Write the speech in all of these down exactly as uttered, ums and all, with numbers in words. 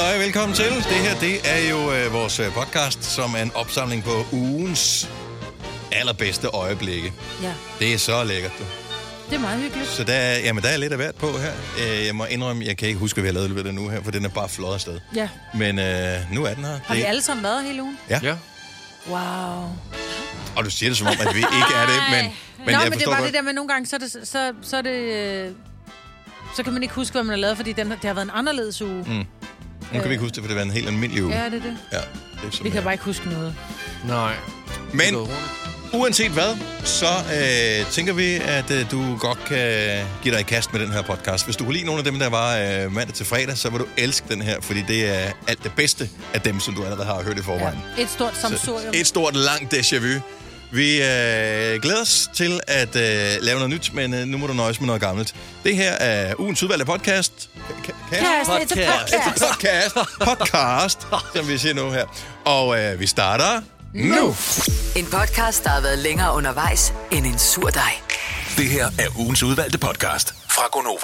halløj, velkommen til. Det her, det er jo øh, vores øh, podcast, som er en opsamling på ugens allerbedste øjeblikke. Ja. Det er så lækkert, du. Det er meget hyggeligt. Så der er, jamen, der er lidt af hvert på her. Øh, jeg må indrømme, jeg kan ikke huske, hvad vi har lavet ved det nu her, for den er bare flot afsted. Ja. Men øh, nu er den her. Har vi alle sammen været hele ugen? Ja. ja. Wow. Og du siger det som om, at vi ikke er det, men, men Nå, jeg men det er forstår bare godt. det der med, nogle gange, så er det, så, så er det, øh, så kan man ikke huske, hvad man har lavet, fordi den, det har været en anderledes uge. Mm. Nu kan vi ikke huske det, for det var en helt almindelig uge. Ja, det er det. Ja, det er sådan, Vi kan det bare ikke huske noget. Nej. Men uanset hvad, så øh, tænker vi, at øh, du godt kan give dig i kast med den her podcast. Hvis du kunne lide nogle af dem, der var øh, mandag til fredag, så vil du elske den her, fordi det er alt det bedste af dem, som du allerede har hørt i forvejen. Ja. Et stort samsurium. Et stort, langt déjà vu. Vi øh, glæder os til at øh, lave noget nyt, men øh, nu må du nøjes med noget gammelt. Det her er ugens udvalgte podcast. Podcast? Podcast. Podcast. Podcast. Podcast, som vi siger nu her. Og øh, vi starter nu. En podcast, der har været længere undervejs end en sur dej. Det her er ugens udvalgte podcast fra Gonova.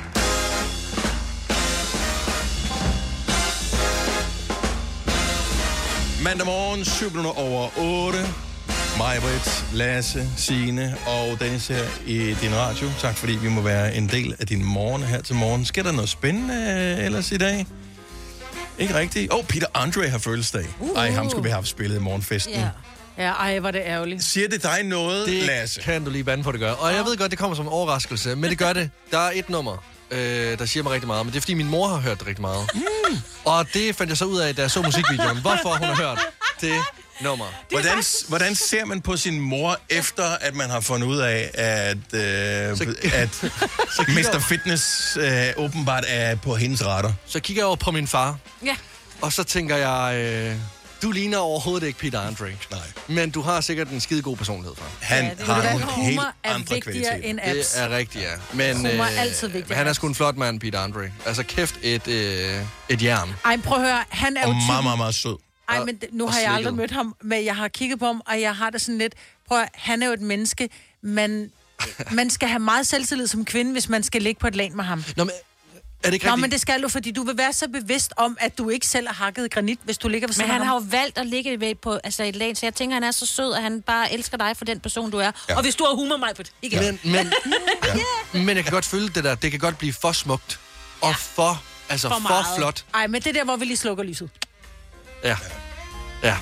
Mandag morgen, syv minutter over otte. Majbrit, Lasse, Signe og Dennis her i din radio. Tak fordi vi må være en del af din morgen her til morgen. Sker der noget spændende ellers i dag? Ikke rigtigt. Åh, oh, Peter Andre har fødselsdag. Uh. Ej, ham skulle vi have spillet i morgenfesten. Ja. Ja, ej, var det ærgerligt. Siger det dig noget, det Lasse? Det kan du lige bande på, det gør. Og jeg ved godt, det kommer som en overraskelse, men det gør det. Der er et nummer, øh, der siger mig rigtig meget, men det er fordi min mor har hørt det rigtig meget. Mm. Og det fandt jeg så ud af, da jeg så musikvideoen. Hvorfor hun har hørt det nummer. Hvordan, hvordan ser man på sin mor, efter at man har fundet ud af, at, øh, så, at så mister Fitness øh, åbenbart er på hendes retter? Så kigger jeg over på min far, ja. Og så tænker jeg, øh, du ligner overhovedet ikke Peter Andre. Nej. Men du har sikkert en skide god personlighed, far. Han ja, har nogle humor helt er andre kvaliteter. End apps. Det er rigtigt, ja. Men, humor er øh, altid vigtigt. Men han er sgu en flot mand, Peter Andre. Altså kæft et, øh, et jern. Ej, prøv at høre, han er og jo meget, meget, meget sød. Ej, men nu har jeg aldrig mødt ham, men jeg har kigget på ham, og jeg har det sådan lidt, prøv at, han er jo et menneske, man, man skal have meget selvtillid som kvinde, hvis man skal ligge på et lag med ham. Nå, men er det ikke Nå, rigtig? men det skal du, fordi du vil være så bevidst om, at du ikke selv har hakket granit, hvis du ligger ved Men siden han af har ham. jo valgt at ligge ved på altså et lag, så jeg tænker, han er så sød, at han bare elsker dig for den person, du er. Ja. Og hvis du har humor, mig på det. Ikke? Men, men, ja. men jeg kan godt føle det der. Det kan godt blive for smukt. Og ja. for, altså For for, meget. for flot. Ej, men det er der, hvor vi lige slukker lyset. Ja. Ja.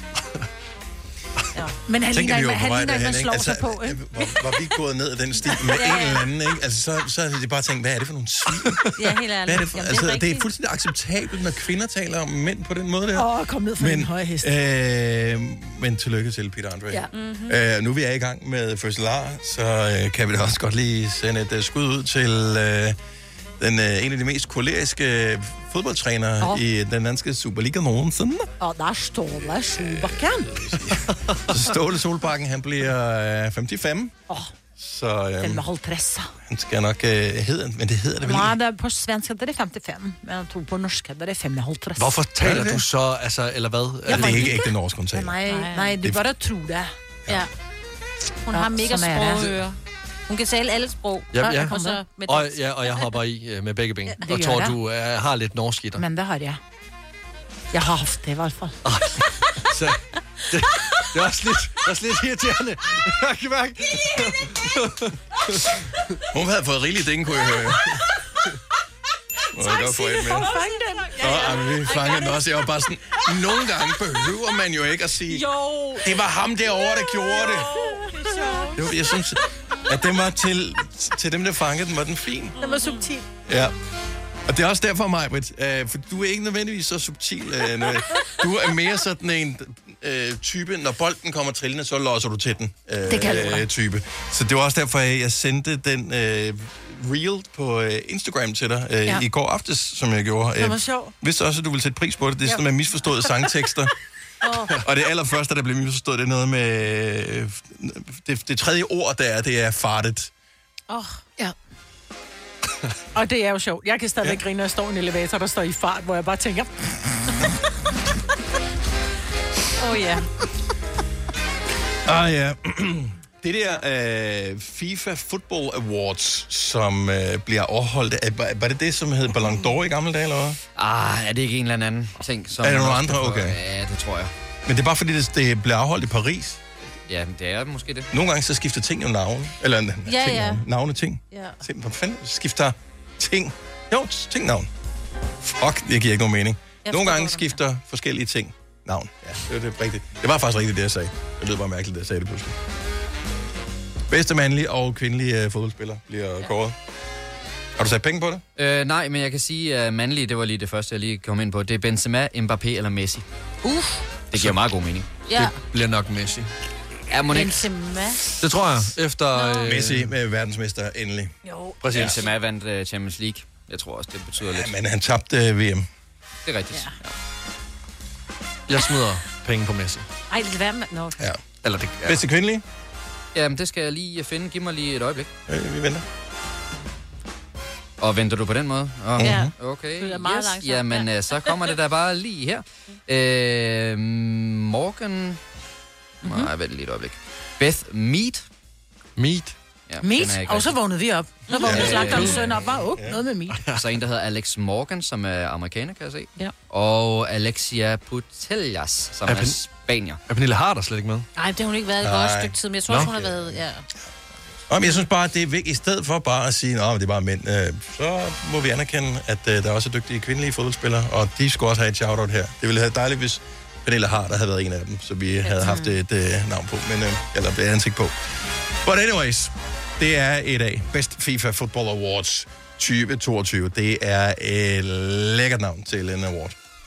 Ja. Men han Tænker ligner, vi jo en, på han vej ligner, en, derhen, man ikke? slår Altså, sig på, ikke? var, var vi gået ned ad den sti med en eller anden, ikke? Altså, så, så havde de bare tænkt, hvad er det for nogle svin? Ja, helt ærligt. Hvad er det, for? Jamen, Altså, det, er det er rigtigt. fuldstændig acceptabelt, når kvinder taler om mænd på den måde der. Åh, oh, kom ned fra den høje hest. Øh, men tillykke til Peter Andre. Ja. Mm-hmm. Øh, nu vi er i gang med fødselar, så øh, kan vi da også godt lige sende et uh, skud ud til øh, den, øh, en af de mest koleriske fodboldtrænere Oh. i den danske Superliga nogensinde. Og der står der Solbakken. Ståle Solbakken, han bliver øh, femoghalvfems. Åh, Så den øhm, med halvtreds. han skal nok øh, hedde, men det hedder det vel Nej, ikke? det er på svensk er det femtiofem, men jeg tror på norsk er det femoghalvtreds. Hvorfor taler det? du så, altså, eller hvad? Ja, det er ikke ægte norsk, hun Ja, taler. nej, Nej. nej, det Det er er bare at tro det. Ja. Hun Ja, har mega sådan er det. sprogører. Hun kan tale alle sprog. Ja, ja. Og så med Og, dansk. ja, og jeg hopper i øh, med begge ben. det Og gør tror, jeg. du øh, har lidt norsk i dig. Men det har jeg. Jeg har haft det i hvert fald. Så, det, det er også lidt, det er også lidt irriterende. Jeg kan mærke. Hun havde fået rigeligt ding, kunne jeg høre. Må jeg godt få et mere? Nå, ej, vi fangede den også. Jeg var bare sådan, nogle gange behøver man jo ikke at sige, Jo. det var ham derovre, der gjorde det. Det var, jeg synes, at den var til, til dem, der fangede den, var den fin. Det var subtil. Ja. Og det er også derfor, Majbrit, øh, for du er ikke nødvendigvis så subtil. Øh, nø- du er mere sådan en øh, type, når bolden kommer trillende, så losser du til den øh, Det kan jeg love dig. type. Så det var også derfor, at jeg sendte den øh, reel på øh, Instagram til dig øh, Ja. i går aftes, som jeg gjorde. Det var sjovt. Vidste også, at du ville sætte pris på det. Det er sådan med misforståede sangtekster. Oh. Og det allerførste, der blev misforstået, det er noget med... Øh, det, det tredje ord, der er, det er fartet. Åh, oh, Ja. Og det er jo sjovt. Jeg kan stadigvæk ja. grine, når jeg står i en elevator, der står i fart, hvor jeg bare tænker... oh, ja. Ah ja. Det der øh, FIFA Football Awards, som øh, bliver overholdt, er, var det det, som hed Ballon d'Or i gamle dage, eller hvad? Ah, er det ikke en eller anden ting? Som Er der nogle også andre? kan få- Okay. Ja, det tror jeg. Men det er bare fordi, det, det bliver afholdt i Paris. Ja, det er måske det. Nogle gange så skifter ting jo navne. Eller ja, Ja, ting, ja. navne. Navne ting. Ja. Ting, hvad fanden skifter ting? Jo, ting navn. Fuck, det giver ikke nogen mening. Jeg Nogle forstår, gange hvad du skifter forskellige ting navn. Ja, det er det rigtigt. Det var faktisk rigtigt, det jeg sagde. Det lød bare mærkeligt, det jeg sagde det pludselig. Bedste mandlige og kvindelige uh, fodboldspiller bliver ja. kåret. Har du sat penge på det? Øh, nej, men jeg kan sige, at mandlige, det var lige det første, jeg lige kom ind på. Det er Benzema, Mbappé eller Messi. Uff. Det giver meget god mening. Ja. Det bliver nok Messi. Ja, må ikke. Benzema. Det tror jeg. Efter... Øh, Messi med verdensmester endelig. Jo. Præcis. Benzema vandt uh, Champions League. Jeg tror også, det betyder Ja, lidt. men han tabte uh, V M. Det er rigtigt. Ja. Jeg smider penge på Messi. Ej, det være med... Nå. Ja. Eller det... Ja. Bedste kvindelige? Jamen, det skal jeg lige finde. Giv mig lige et øjeblik. Øh, vi venter. Og venter du på den måde? Oh, Ja. Okay, Det er meget yes. langsomt, Jamen, ja. øh, så kommer det der bare lige her. Øh, Morgan... Mm-hmm. Nej, vent lige et øjeblik. Beth Mead. Meat. Ja, Meat, kender jeg ikke og så rigtig. vågnede vi op. Så vågnede Ja, ja, slagterens ja, ja. søn op. Bare, oh, noget med meat. Så en, der hedder Alex Morgan, som er amerikaner, kan jeg se. Ja. Og Alexia Putellas, som Er er, pen- spanier. Er Pernille Harder slet ikke med? Nej, det har hun ikke været et Nej. godt stykke tid, men jeg tror, Nå. også, hun har været... Ja. Nå, men jeg synes bare, at det er vigtigt. I stedet for bare at sige, at det er bare mænd, øh, så må vi anerkende, at øh, der også er dygtige kvindelige fodboldspillere, og de skulle også have et shout-out her. Det ville have været dejligt, hvis Pernille Harder havde været en af dem, så vi havde haft et øh, navn på, men, øh, eller et ansigt på. But anyways, det er et af Best FIFA Football Awards tyve toogtyve. Det er et lækkert navn til en award.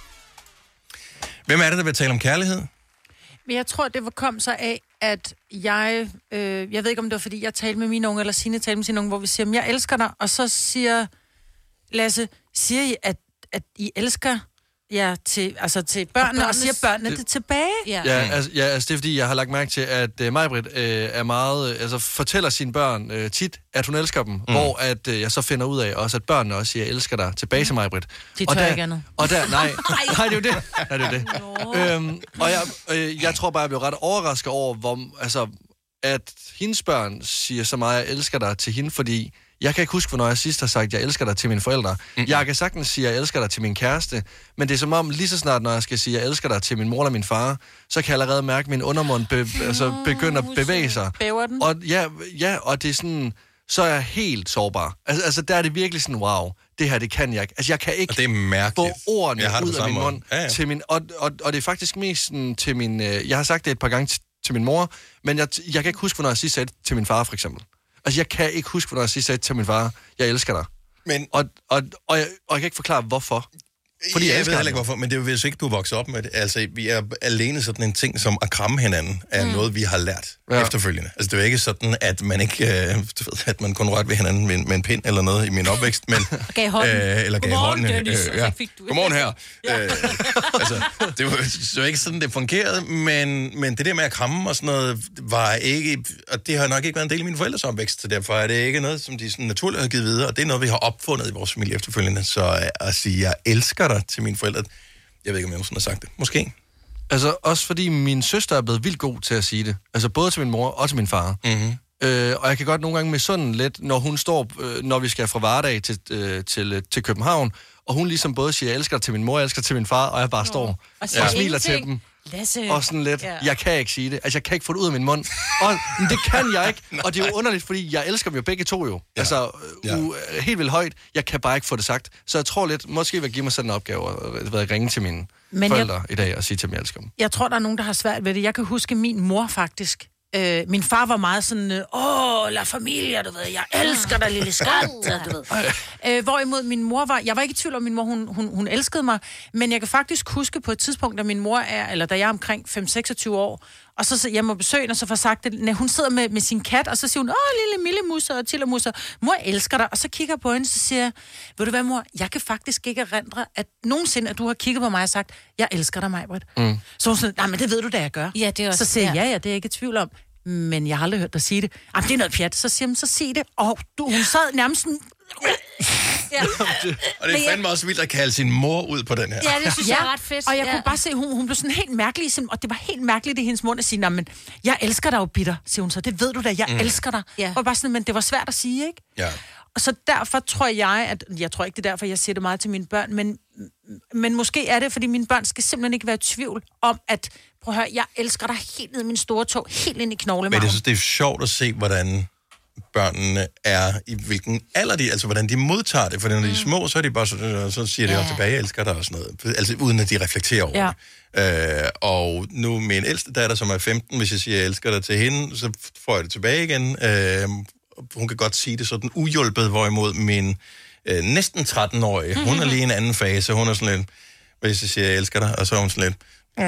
Hvem er det, der vil tale om kærlighed? Men jeg tror, det var kom så af, at jeg... Øh, jeg ved ikke, om det var, fordi jeg talte med mine unge, eller Signe talte med sine unge, hvor vi siger, jeg elsker dig. Og så siger Lasse, siger I, at, at I elsker jer til, altså til børnene, og, og siger børnene det, det tilbage? Ja. Ja, altså, ja, altså det er fordi, jeg har lagt mærke til, at uh, Majbrit uh, er meget, uh, altså fortæller sine børn uh, tit, at hun elsker dem, mm. hvor at uh, jeg så finder ud af også, at børnene også siger, jeg elsker dig tilbage til Majbrit. De og tør der, ikke andet. Og der, nej, nej, det er jo det. Nej, det, er det. Øhm, og jeg, øh, jeg tror bare, jeg blev ret overrasket over, hvor, altså, at hendes børn siger så meget, jeg elsker dig til hende, fordi jeg kan ikke huske, hvornår jeg sidst har sagt, jeg elsker dig til mine forældre. Mm-hmm. Jeg kan sagtens sige, jeg elsker dig til min kæreste, men det er som om, lige så snart, når jeg skal sige, jeg elsker dig til min mor eller min far, så kan jeg allerede mærke, at min undermund be, altså, begynder at bevæge sig. Bæver den? Og ja, ja, og det er sådan, så er jeg helt sårbar. Altså, altså der er det virkelig sådan, wow, det her, det kan jeg ikke. Altså, jeg kan ikke Og det er mærkeligt. få ordene Jeg har det ud på af samme min måde. mund Ja, ja. til min... Og, og, og det er faktisk mest sådan, til min... Øh, jeg har sagt det et par gange t- til min mor, men jeg, jeg kan ikke huske, hvornår jeg sidst sagde det til min far, for eksempel. Altså, jeg kan ikke huske, hvornår jeg sidst sagde det til min far, jeg elsker dig. Men Og, og, og, jeg, og jeg kan ikke forklare, hvorfor. Fordi jeg, jeg jeg elsker ved heller ikke ham. hvorfor, men det er jo hvis ikke du er vokset op med det. Altså, vi er alene sådan en ting som at kramme hinanden, er mm. noget, vi har lært ja. Ja. efterfølgende. Altså, det er jo ikke sådan, at man ikke, øh, du ved, at man kun rørte ved hinanden med, en- med en pind eller noget i min opvækst, men... Gav hånden. Øh, eller gav Godmorgen, hånden. Dennis, og ja. så fik du- Godmorgen her. Ja. Øh, altså, det var jo ikke sådan, det fungerede, men, men det der med at kramme og sådan noget, var ikke... Og det har nok ikke været en del af mine forældres opvækst, så derfor er det ikke noget, som de sådan naturligt har givet videre, og det er noget, vi har opfundet i vores familie efterfølgende. Så øh, at sige, jeg elsker dig til mine forældre, jeg ved ikke, om jeg nogensinde har sagt det. Måske. Altså, også fordi min søster er blevet vildt god til at sige det. Altså, både til min mor og til min far. Mm-hmm. Øh, og jeg kan godt nogle gange misunde lidt, når hun står, øh, når vi skal fra Vardag til, øh, til, øh, til København, og hun ligesom både siger, jeg elsker til min mor, jeg elsker til min far, og jeg bare står Og og, siger og smiler ingenting. til dem. Lasse. Og sådan lidt, Ja. jeg kan ikke sige det. Altså, jeg kan ikke få det ud af min mund. Og men det kan jeg ikke. Og det er jo underligt, fordi jeg elsker dem jo begge to jo. Ja. Altså, Ja. u- helt vildt højt. Jeg kan bare ikke få det sagt. Så jeg tror lidt, måske vil jeg give mig sådan en opgave at at ringe til mine Men forældre jeg, i dag og sige til dem, jeg elsker dem. jeg tror, der er nogen, der har svært ved det. Jeg kan huske min mor faktisk. Øh, min far var meget sådan, øh, åh, la familia, du ved, jeg elsker dig, lille skat, du ved. Øh, hvorimod min mor var, jeg var ikke i tvivl om, min mor, hun, hun, hun elskede mig, men jeg kan faktisk huske på et tidspunkt, da min mor er, eller da jeg er omkring fem seksogtyve år, og så jeg må besøge hende, og så får sagt det, når hun sidder med, med sin kat, og så siger hun, åh, lille Millemusser og Tillermusser, mor elsker dig, og så kigger jeg på hende, så siger jeg, ved du hvad, mor, jeg kan faktisk ikke erindre, at nogensinde, at du har kigget på mig og sagt, jeg elsker dig, Majbrit. Mm. Så hun sådan, nej, men det ved du da, jeg gør. Ja, det er også... Så siger jeg, ja, ja, det er jeg ikke i tvivl om. Men jeg har aldrig hørt dig sige det. Jamen, det er noget pjat. Så siger jeg, så sig det. Og du, hun sad nærmest sådan... Ja. Og det er fandme også vildt at kalde sin mor ud på den her. Ja, det synes ja. jeg er ret fedt. Og jeg ja. kunne bare se, hun, hun blev sådan helt mærkelig, og det var helt mærkeligt i hendes mund at sige, men jeg elsker dig jo, bitter, siger hun så. Det ved du da, jeg mm. elsker dig. Ja. Og bare sådan, men det var svært at sige, ikke? Ja. Og så derfor tror jeg, at jeg tror ikke, det er derfor, jeg siger det meget til mine børn, men, men måske er det, fordi mine børn skal simpelthen ikke være i tvivl om, at prøv at høre, jeg elsker dig helt ned i min store tog, helt ind i knoglemarven. Men jeg synes, det er sjovt at se, hvordan børnene er, i hvilken alder de, altså hvordan de modtager det, for når de er små, så er de bare sådan, så siger de ja. også tilbage, jeg elsker dig og sådan noget, altså uden at de reflekterer over ja. det. Øh, og nu min ældste datter, som er femten, hvis jeg siger, jeg elsker dig til hende, så får jeg det tilbage igen. Øh, hun kan godt sige det sådan uhjulpet, hvorimod min øh, næsten tretten-årige, mm-hmm. hun er lige i en anden fase, hun er sådan lidt, hvis jeg siger, jeg elsker dig, og så er hun sådan lidt,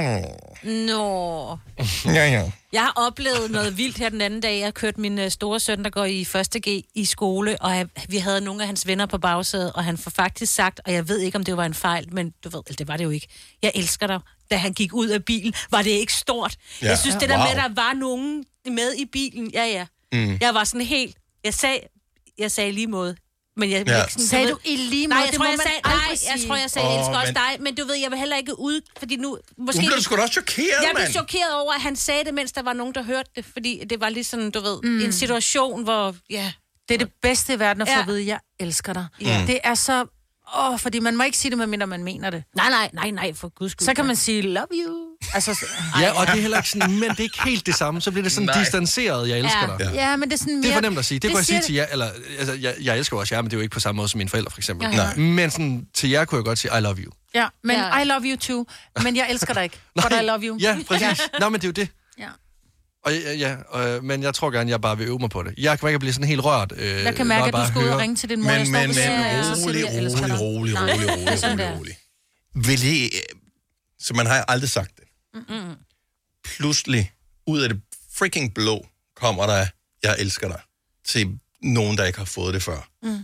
Nå. ja, ja. Jeg har oplevet noget vildt her den anden dag. Jeg har kørt min store søn, der går i første G i skole, og jeg, vi havde nogle af hans venner på bagsædet, og han får faktisk sagt, og jeg ved ikke, om det var en fejl, men du ved, det var det jo ikke. Jeg elsker dig. Da han gik ud af bilen, var det ikke stort. Ja. Jeg synes, det der wow. med, at der var nogen med i bilen, ja, ja. Mm. Jeg var sådan helt, jeg sagde, jeg sagde lige måde. Men jeg, ja. ikke sådan, sagde ved, du i lige måde? Nej, jeg tror, jeg sagde, nej, jeg tror, jeg sagde, oh, jeg elsker også men... dig, men du ved, jeg vil heller ikke ud, fordi nu... Måske, nu blev du sgu da også chokeret, Jeg blev mand. chokeret over, at han sagde det, mens der var nogen, der hørte det, fordi det var ligesom, du ved, mm. en situation, hvor, ja... Det er det bedste i verden at få ja. at vide, jeg elsker dig. Ja. Det er så... Åh, oh, fordi man må ikke sige det, medmindre man mener det. Nej, nej, nej, nej, for guds skyld. Så kan man sige, love you. Altså, ja, og det er heller ikke sådan, men det er ikke helt det samme. Så bliver det sådan nej. distanceret, jeg elsker ja. dig. Ja, men det er sådan mere... Det er for nemt at sige. Det, det kunne jeg sige til jer, eller altså, jeg, jeg elsker også jer, men det er jo ikke på samme måde som mine forældre, for eksempel. Ja, ja. Men sådan, til jer kunne jeg godt sige, I love you. Ja, men ja. I love you too. Men jeg elsker dig ikke. But I love you. Ja, præcis. Nå, men det er jo det. Ja. Og ja, øh, men jeg tror gerne, jeg bare vil øve mig på det. Jeg kan ikke blive sådan helt rørt. Øh, jeg kan mærke, at du skal ud og ringe til din mor. Men, men, men, rolig, rolig, rolig, rolig, rolig, rolig. Vil I... Så man har aldrig sagt det. Mm-mm. Pludselig, ud af det freaking blå, kommer der, jeg elsker dig, til nogen, der ikke har fået det før. Mm.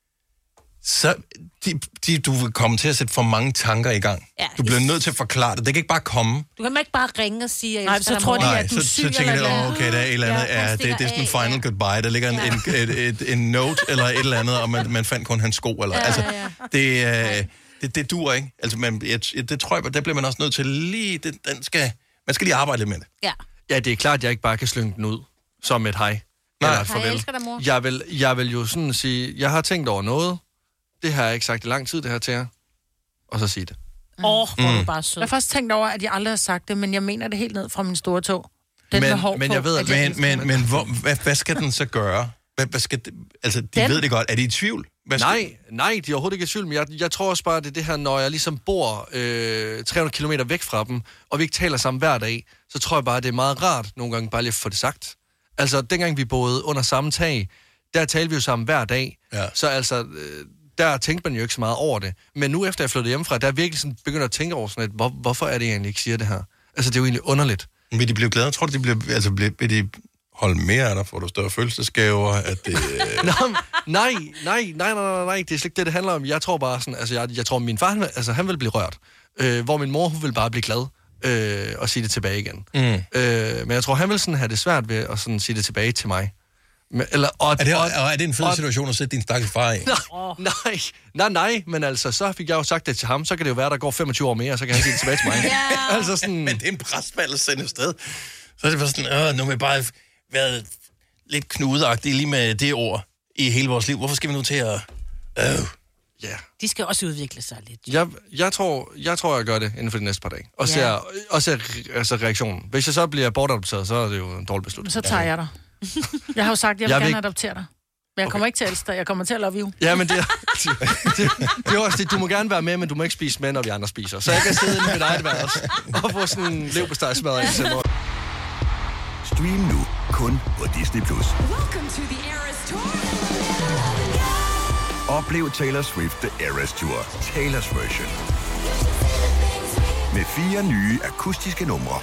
Så de, de, du vil komme til at sætte for mange tanker i gang. Ja, du bliver nødt til at forklare det. Det kan ikke bare komme. Du kan ikke bare ringe og sige, at jeg nej, elsker så tror de, at du er så, syg så tænker eller jeg, okay, der er et eller andet, ja, er, det, det er sådan en final ja. goodbye. Der ligger ja. en, et, et, en note eller et eller andet, og man, man fandt kun hans sko. Eller, ja, altså, ja. det, øh, det, det dur ikke. Altså, man, jeg, det tror jeg, der bliver man også nødt til lige... Det, den skal, man skal lige arbejde lidt med det. Ja. Ja, det er klart, at jeg ikke bare kan slynge den ud som et hej. Nej, eller et farvel. Jeg elsker dig, mor. Jeg vil, jeg vil jo sådan sige, jeg har tænkt over noget. Det har jeg ikke sagt i lang tid, det her til jer. Og så sige det. Åh, oh, hvor mm. du bare sød. Jeg har faktisk tænkt over, at jeg aldrig har sagt det, men jeg mener det helt ned fra min store tog. Den men, med hår men på, jeg ved, at men, men, men hvor, hvad, hvad skal den så gøre? Hvad, hvad skal det, altså, de den? ved det godt. Er de i tvivl? Hvad skal... Nej, nej, de er overhovedet ikke i tvivl. Men jeg, jeg tror også bare, det er det her, når jeg ligesom bor øh, tre hundrede kilometer væk fra dem, og vi ikke taler sammen hver dag, så tror jeg bare, det er meget rart nogle gange bare lige at få det sagt. Altså, dengang vi boede under samme tag, der talte vi jo sammen hver dag. Ja. Så altså... Øh, der tænkte man jo ikke så meget over det. Men nu efter jeg flyttede hjemmefra, der er virkelig sådan begyndt at tænke over sådan et, hvor, hvorfor er det egentlig ikke siger det her? Altså, det er jo egentlig underligt. Vil de blive glade? Tror du, de bliver, altså, vil de holde mere af dig? Får du større følelsesgaver? At det... nej, nej, nej, nej, nej, nej, det er slet ikke det, det handler om. Jeg tror bare sådan, altså, jeg, jeg tror, min far, han, altså, han vil blive rørt. Øh, hvor min mor, hun vil bare blive glad øh, og sige det tilbage igen. Mm. Øh, men jeg tror, han vil sådan have det svært ved at sådan sige det tilbage til mig. Men, eller, og, er, det, og, og er det en fed og, situation at sætte din stakkels far i? Nej, nej, nej, nej, men altså, så fik jeg jo sagt det til ham, så kan det jo være, der går femogtyve år mere, og så kan han sige det tilbage til mig. Yeah. Altså sådan... Men det er en presbald at sende afsted. Så er det bare sådan, øh, nu har vi bare været lidt knudagtige lige med det ord i hele vores liv. Hvorfor skal vi nu til at... Øh. Ja. De skal også udvikle sig lidt. Jeg, jeg, tror, jeg tror, jeg gør det inden for de næste par dage. Og ser, ja. og ser altså, reaktionen. Hvis jeg så bliver bortadopteret, så er det jo en dårlig beslutning. Så tager jeg dig. Jeg har jo sagt, at jeg vil jeg gerne ikke... adoptere dig. Men jeg okay. kommer ikke til at elske dig. Jeg kommer til at love you. Ja, men det er, det, det, det er også det. Du må gerne være med, men du må ikke spise med, når vi andre spiser. Så jeg kan sidde inde med dig et værelse og få sådan en leverpostejsmad ind til mig. Stream nu kun på Disney plus. Oplev Taylor Swift The Eras Tour, Taylor's version. Med fire nye akustiske numre.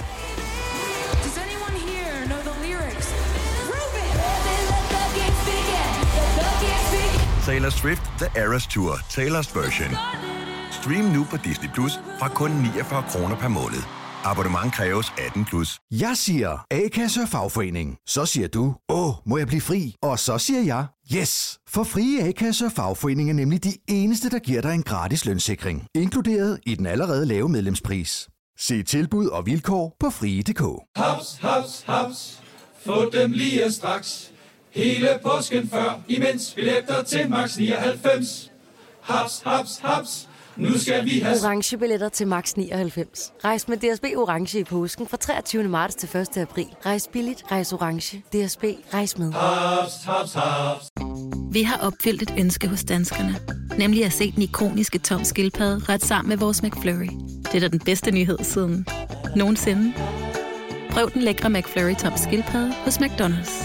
Taylor Swift The Eras Tour, Taylor's version. Stream nu på Disney plus fra kun niogfyrre kroner per måned. Abonnement kræves atten plus. Jeg siger A-kasse og fagforening. Så siger du, åh, må jeg blive fri? Og så siger jeg, yes! For frie A-kasse og fagforening er nemlig de eneste, der giver dig en gratis lønssikring. Inkluderet i den allerede lave medlemspris. Se tilbud og vilkår på frie punktum d k. Haps, haps, haps. Få dem lige straks. Hele påsken før, imens billetter til max nioghalvfems. Haps, haps, haps. Nu skal vi have orange billetter til max nioghalvfems. Rejs med D S B orange i påsken fra treogtyvende marts til første april. Rejs billigt, rejs orange. D S B, rejs med. haps, haps, haps. Vi har opfyldt et ønske hos danskerne. Nemlig at se den ikoniske Tom Skildpadde ret sammen med vores McFlurry. Det er da den bedste nyhed siden nogensinde. Prøv den lækre McFlurry Tom Skildpadde hos McDonald's.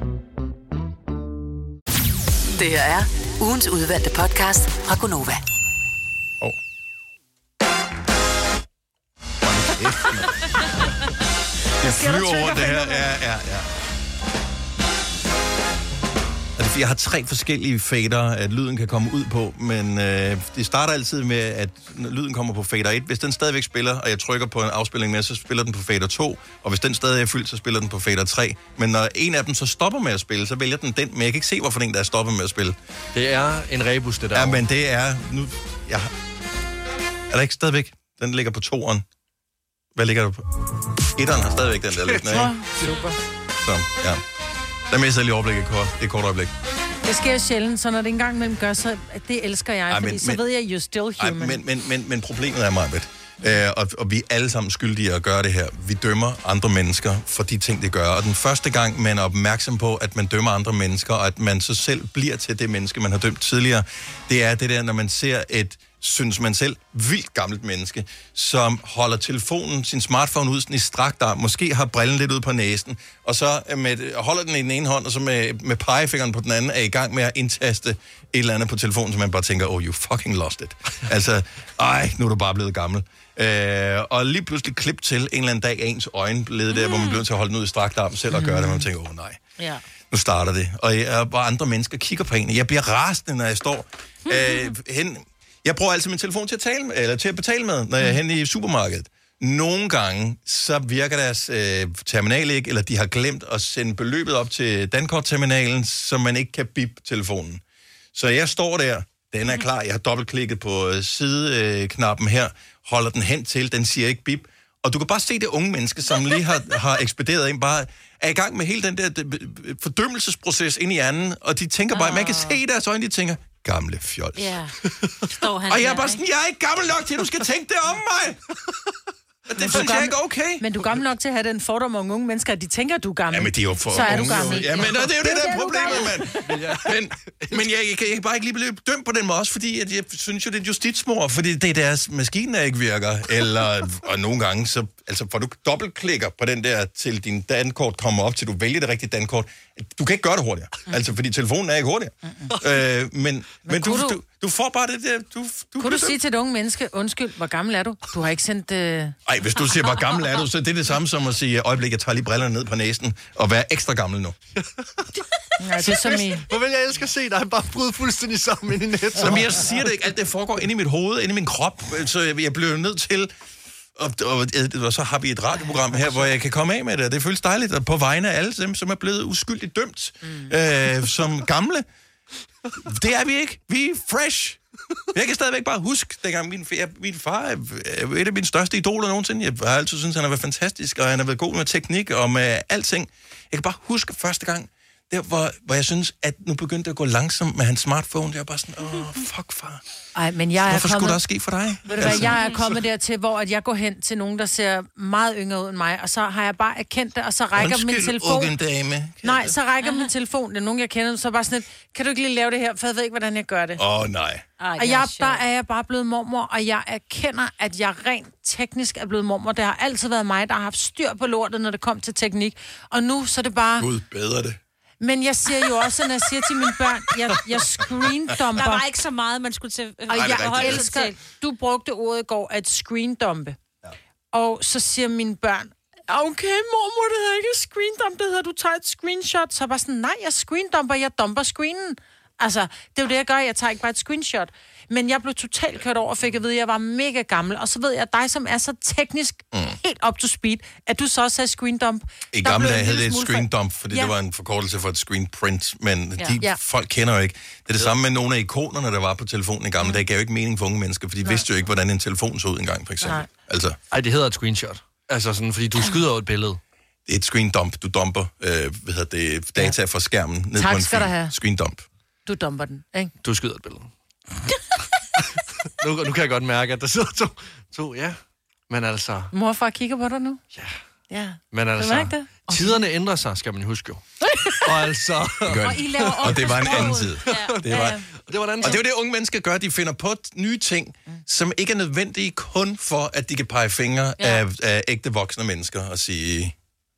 Det her er ugens udvalgte podcast fra Gonova. Oh. Jeg flyver over det her. Ja, ja, ja. Altså, jeg har tre forskellige fader, at lyden kan komme ud på, men øh, det starter altid med, at lyden kommer på fader et. Hvis den stadigvæk spiller, og jeg trykker på en afspilning med, så spiller den på fader to, og hvis den stadig er fyldt, så spiller den på fader tre. Men når en af dem så stopper med at spille, så vælger den den, men jeg kan ikke se, hvorfor den der er stoppet med at spille. Det er en rebus, det der. Ja, men det er... Nu, jeg, er der ikke stadigvæk? Den ligger på toeren. Hvad ligger der på? Etteren har stadigvæk den der liggende, ikke? Super. Så, ja. Der mister jeg lige overblik et kort, et kort øjeblik. Det sker sjældent, så når det engang mellem gør, så det elsker jeg, Ej, men, fordi så men, ved jeg, you're still human. Ej, men, men, men, men problemet er mig, øh, og, og vi er alle sammen skyldige at gøre det her. Vi dømmer andre mennesker for de ting, de gør. Og den første gang, man er opmærksom på, at man dømmer andre mennesker, og at man så selv bliver til det menneske, man har dømt tidligere, det er det der, når man ser et, synes man selv, vildt gammelt menneske, som holder telefonen, sin smartphone ud sådan i strakt arm, måske har brillen lidt ud på næsen, og så med, holder den i den ene hånd, og så med, med pegefingeren på den anden, er i gang med at indtaste et eller andet på telefonen, så man bare tænker, oh, you fucking lost it. Altså, ej, nu er du bare blevet gammel. Øh, og lige pludselig klip til en eller anden dag, ens øjenblede der, mm. hvor man bliver til at holde den ud i strakt arm selv og gøre det, og man tænker, åh oh, nej. Ja. Nu starter det. Og, jeg, og andre mennesker kigger på en. Jeg bliver rasende, når jeg står øh, hen. Jeg bruger altid min telefon til at, tale med, eller til at betale med, når jeg er henne i supermarkedet. Nogle gange, så virker deres øh, terminal ikke, eller de har glemt at sende beløbet op til Dankort-terminalen, så man ikke kan bip telefonen. Så jeg står der, den er klar, jeg har dobbeltklikket på sideknappen her, holder den hen til, den siger ikke bip. Og du kan bare se det unge menneske, som lige har, har ekspederet ind, bare er i gang med hele den der fordømmelsesproces ind i hjernen, og de tænker bare, man kan se i deres øjne, de tænker, gamle fjols. Ja. Står han og jeg er der, bare sådan, jeg er ikke gammel nok til, at du skal tænke det om mig. Det synes jeg ikke okay. Men du er gammel nok til at have den fordom om unge mennesker, at de tænker, at du er gammel. Jamen, de er jo for så er unge. du gammel. Ja, men det er jo det, det der er problemet, mand. Men, men jeg, jeg, kan, jeg kan bare ikke lige blive dømt på den måde også, fordi at jeg synes jo, det er justitsmord, fordi det er deres maskine, der ikke virker. Eller, og nogle gange, så altså, får du dobbeltklikker på den der, til din dankort kommer op, til du vælger det rigtige dankort. Du kan ikke gøre det hurtigere, mm. altså, fordi telefonen er ikke hurtigere. Mm-hmm. Øh, men men, men du, du, du får bare det der... Du, du kunne du sige til et unge menneske, undskyld, hvor gammel er du? Du har ikke sendt... Øh... Ej, hvis du siger, hvor gammel er du, så det er det samme som at sige, øjeblik, jeg tager lige brillerne ned på næsen, og være ekstra gammel nu. Ja, det er som i... Hvor vil jeg elske at se dig bare bryde fuldstændig sammen ind i netto. Jamen, jeg siger det ikke. Alt det foregår inde i mit hoved, inde i min krop, så jeg, jeg bliver nødt til... Og, og, og så har vi et radioprogram her, hvor jeg kan komme af med det, og det føles dejligt, og på vegne af alle dem, som er blevet uskyldigt dømt, mm. øh, som gamle. Det er vi ikke. Vi er fresh. Jeg kan stadigvæk bare huske, dengang min, min far er et af mine største idoler nogensinde. Jeg har altid syntes, han har været fantastisk, og han har været god med teknik og med alting. Jeg kan bare huske første gang, der, hvor, hvor jeg synes, at nu begyndte det at gå langsomt med hans smartphone. Det var bare sådan, åh, fuck, far. Ej, men jeg er Hvorfor kommet... skulle det også ske for dig? Ved du hvad, altså... jeg er kommet dertil, hvor at jeg går hen til nogen, der ser meget yngre ud end mig, og så har jeg bare erkendt det, og så rækker Undskyld, min telefon... Undskyld, dame. Nej, så rækker min telefon, det er nogen, jeg kender, så bare sådan et, kan du ikke lige lave det her, for jeg ved ikke, hvordan jeg gør det. Åh, oh, nej. Ej, og jeg, der er jeg bare blevet mormor, og jeg erkender, at jeg rent teknisk er blevet mormor. Det har altid været mig, der har haft styr på lortet, når det kom til teknik. Og nu så er det bare... Gud, bedre det. Men jeg siger jo også, når jeg siger til mine børn, jeg, jeg screendumper. Der var ikke så meget, man skulle til. Og jeg elsker, du brugte ordet i går, at screendumpe. Ja. Og så siger mine børn, okay, mormor, det hedder ikke screendump, det hedder, du tager et screenshot. Så jeg bare sådan, nej, jeg screendumper, jeg dumper screenen. Altså, det er jo det, jeg gør. Jeg tager ikke bare et screenshot. Men jeg blev totalt kørt over og fik at vide, at jeg var mega gammel. Og så ved jeg, at dig, som er så teknisk mm. helt up to speed, at du så også sagde screen dump. I gamle dage havde det et screen dump, fordi ja. det var en forkortelse for et screen print. Men ja. de ja. folk kender jo ikke. Det er det samme med nogle af ikonerne, der var på telefonen i gamle mm. dage. Det gav jo ikke mening for unge mennesker, for de Nej. vidste jo ikke, hvordan en telefon så ud engang, for eksempel. Nej. Altså. Ej, det hedder et screenshot. Altså sådan, fordi du skyder jo et billede. Det er et screen dump. Du dumper øh, hvad hedder det, data ja. fra skærmen ned tak, på en skal du have. Screen dump. Du dumper den, ikke? Du skyder et billede. nu, nu kan jeg godt mærke, at der sidder to, to ja. Men altså... Morfar kigger på dig nu? Ja. Ja. Men altså, det? tiderne ændrer sig, skal man jo huske jo. Og altså... og, I laver og det var en anden tid. Ja. Det var, og det var en anden og det er jo det, unge mennesker gør. De finder på nye ting, mm. som ikke er nødvendige kun for, at de kan pege fingre ja. af, af ægte voksne mennesker og sige...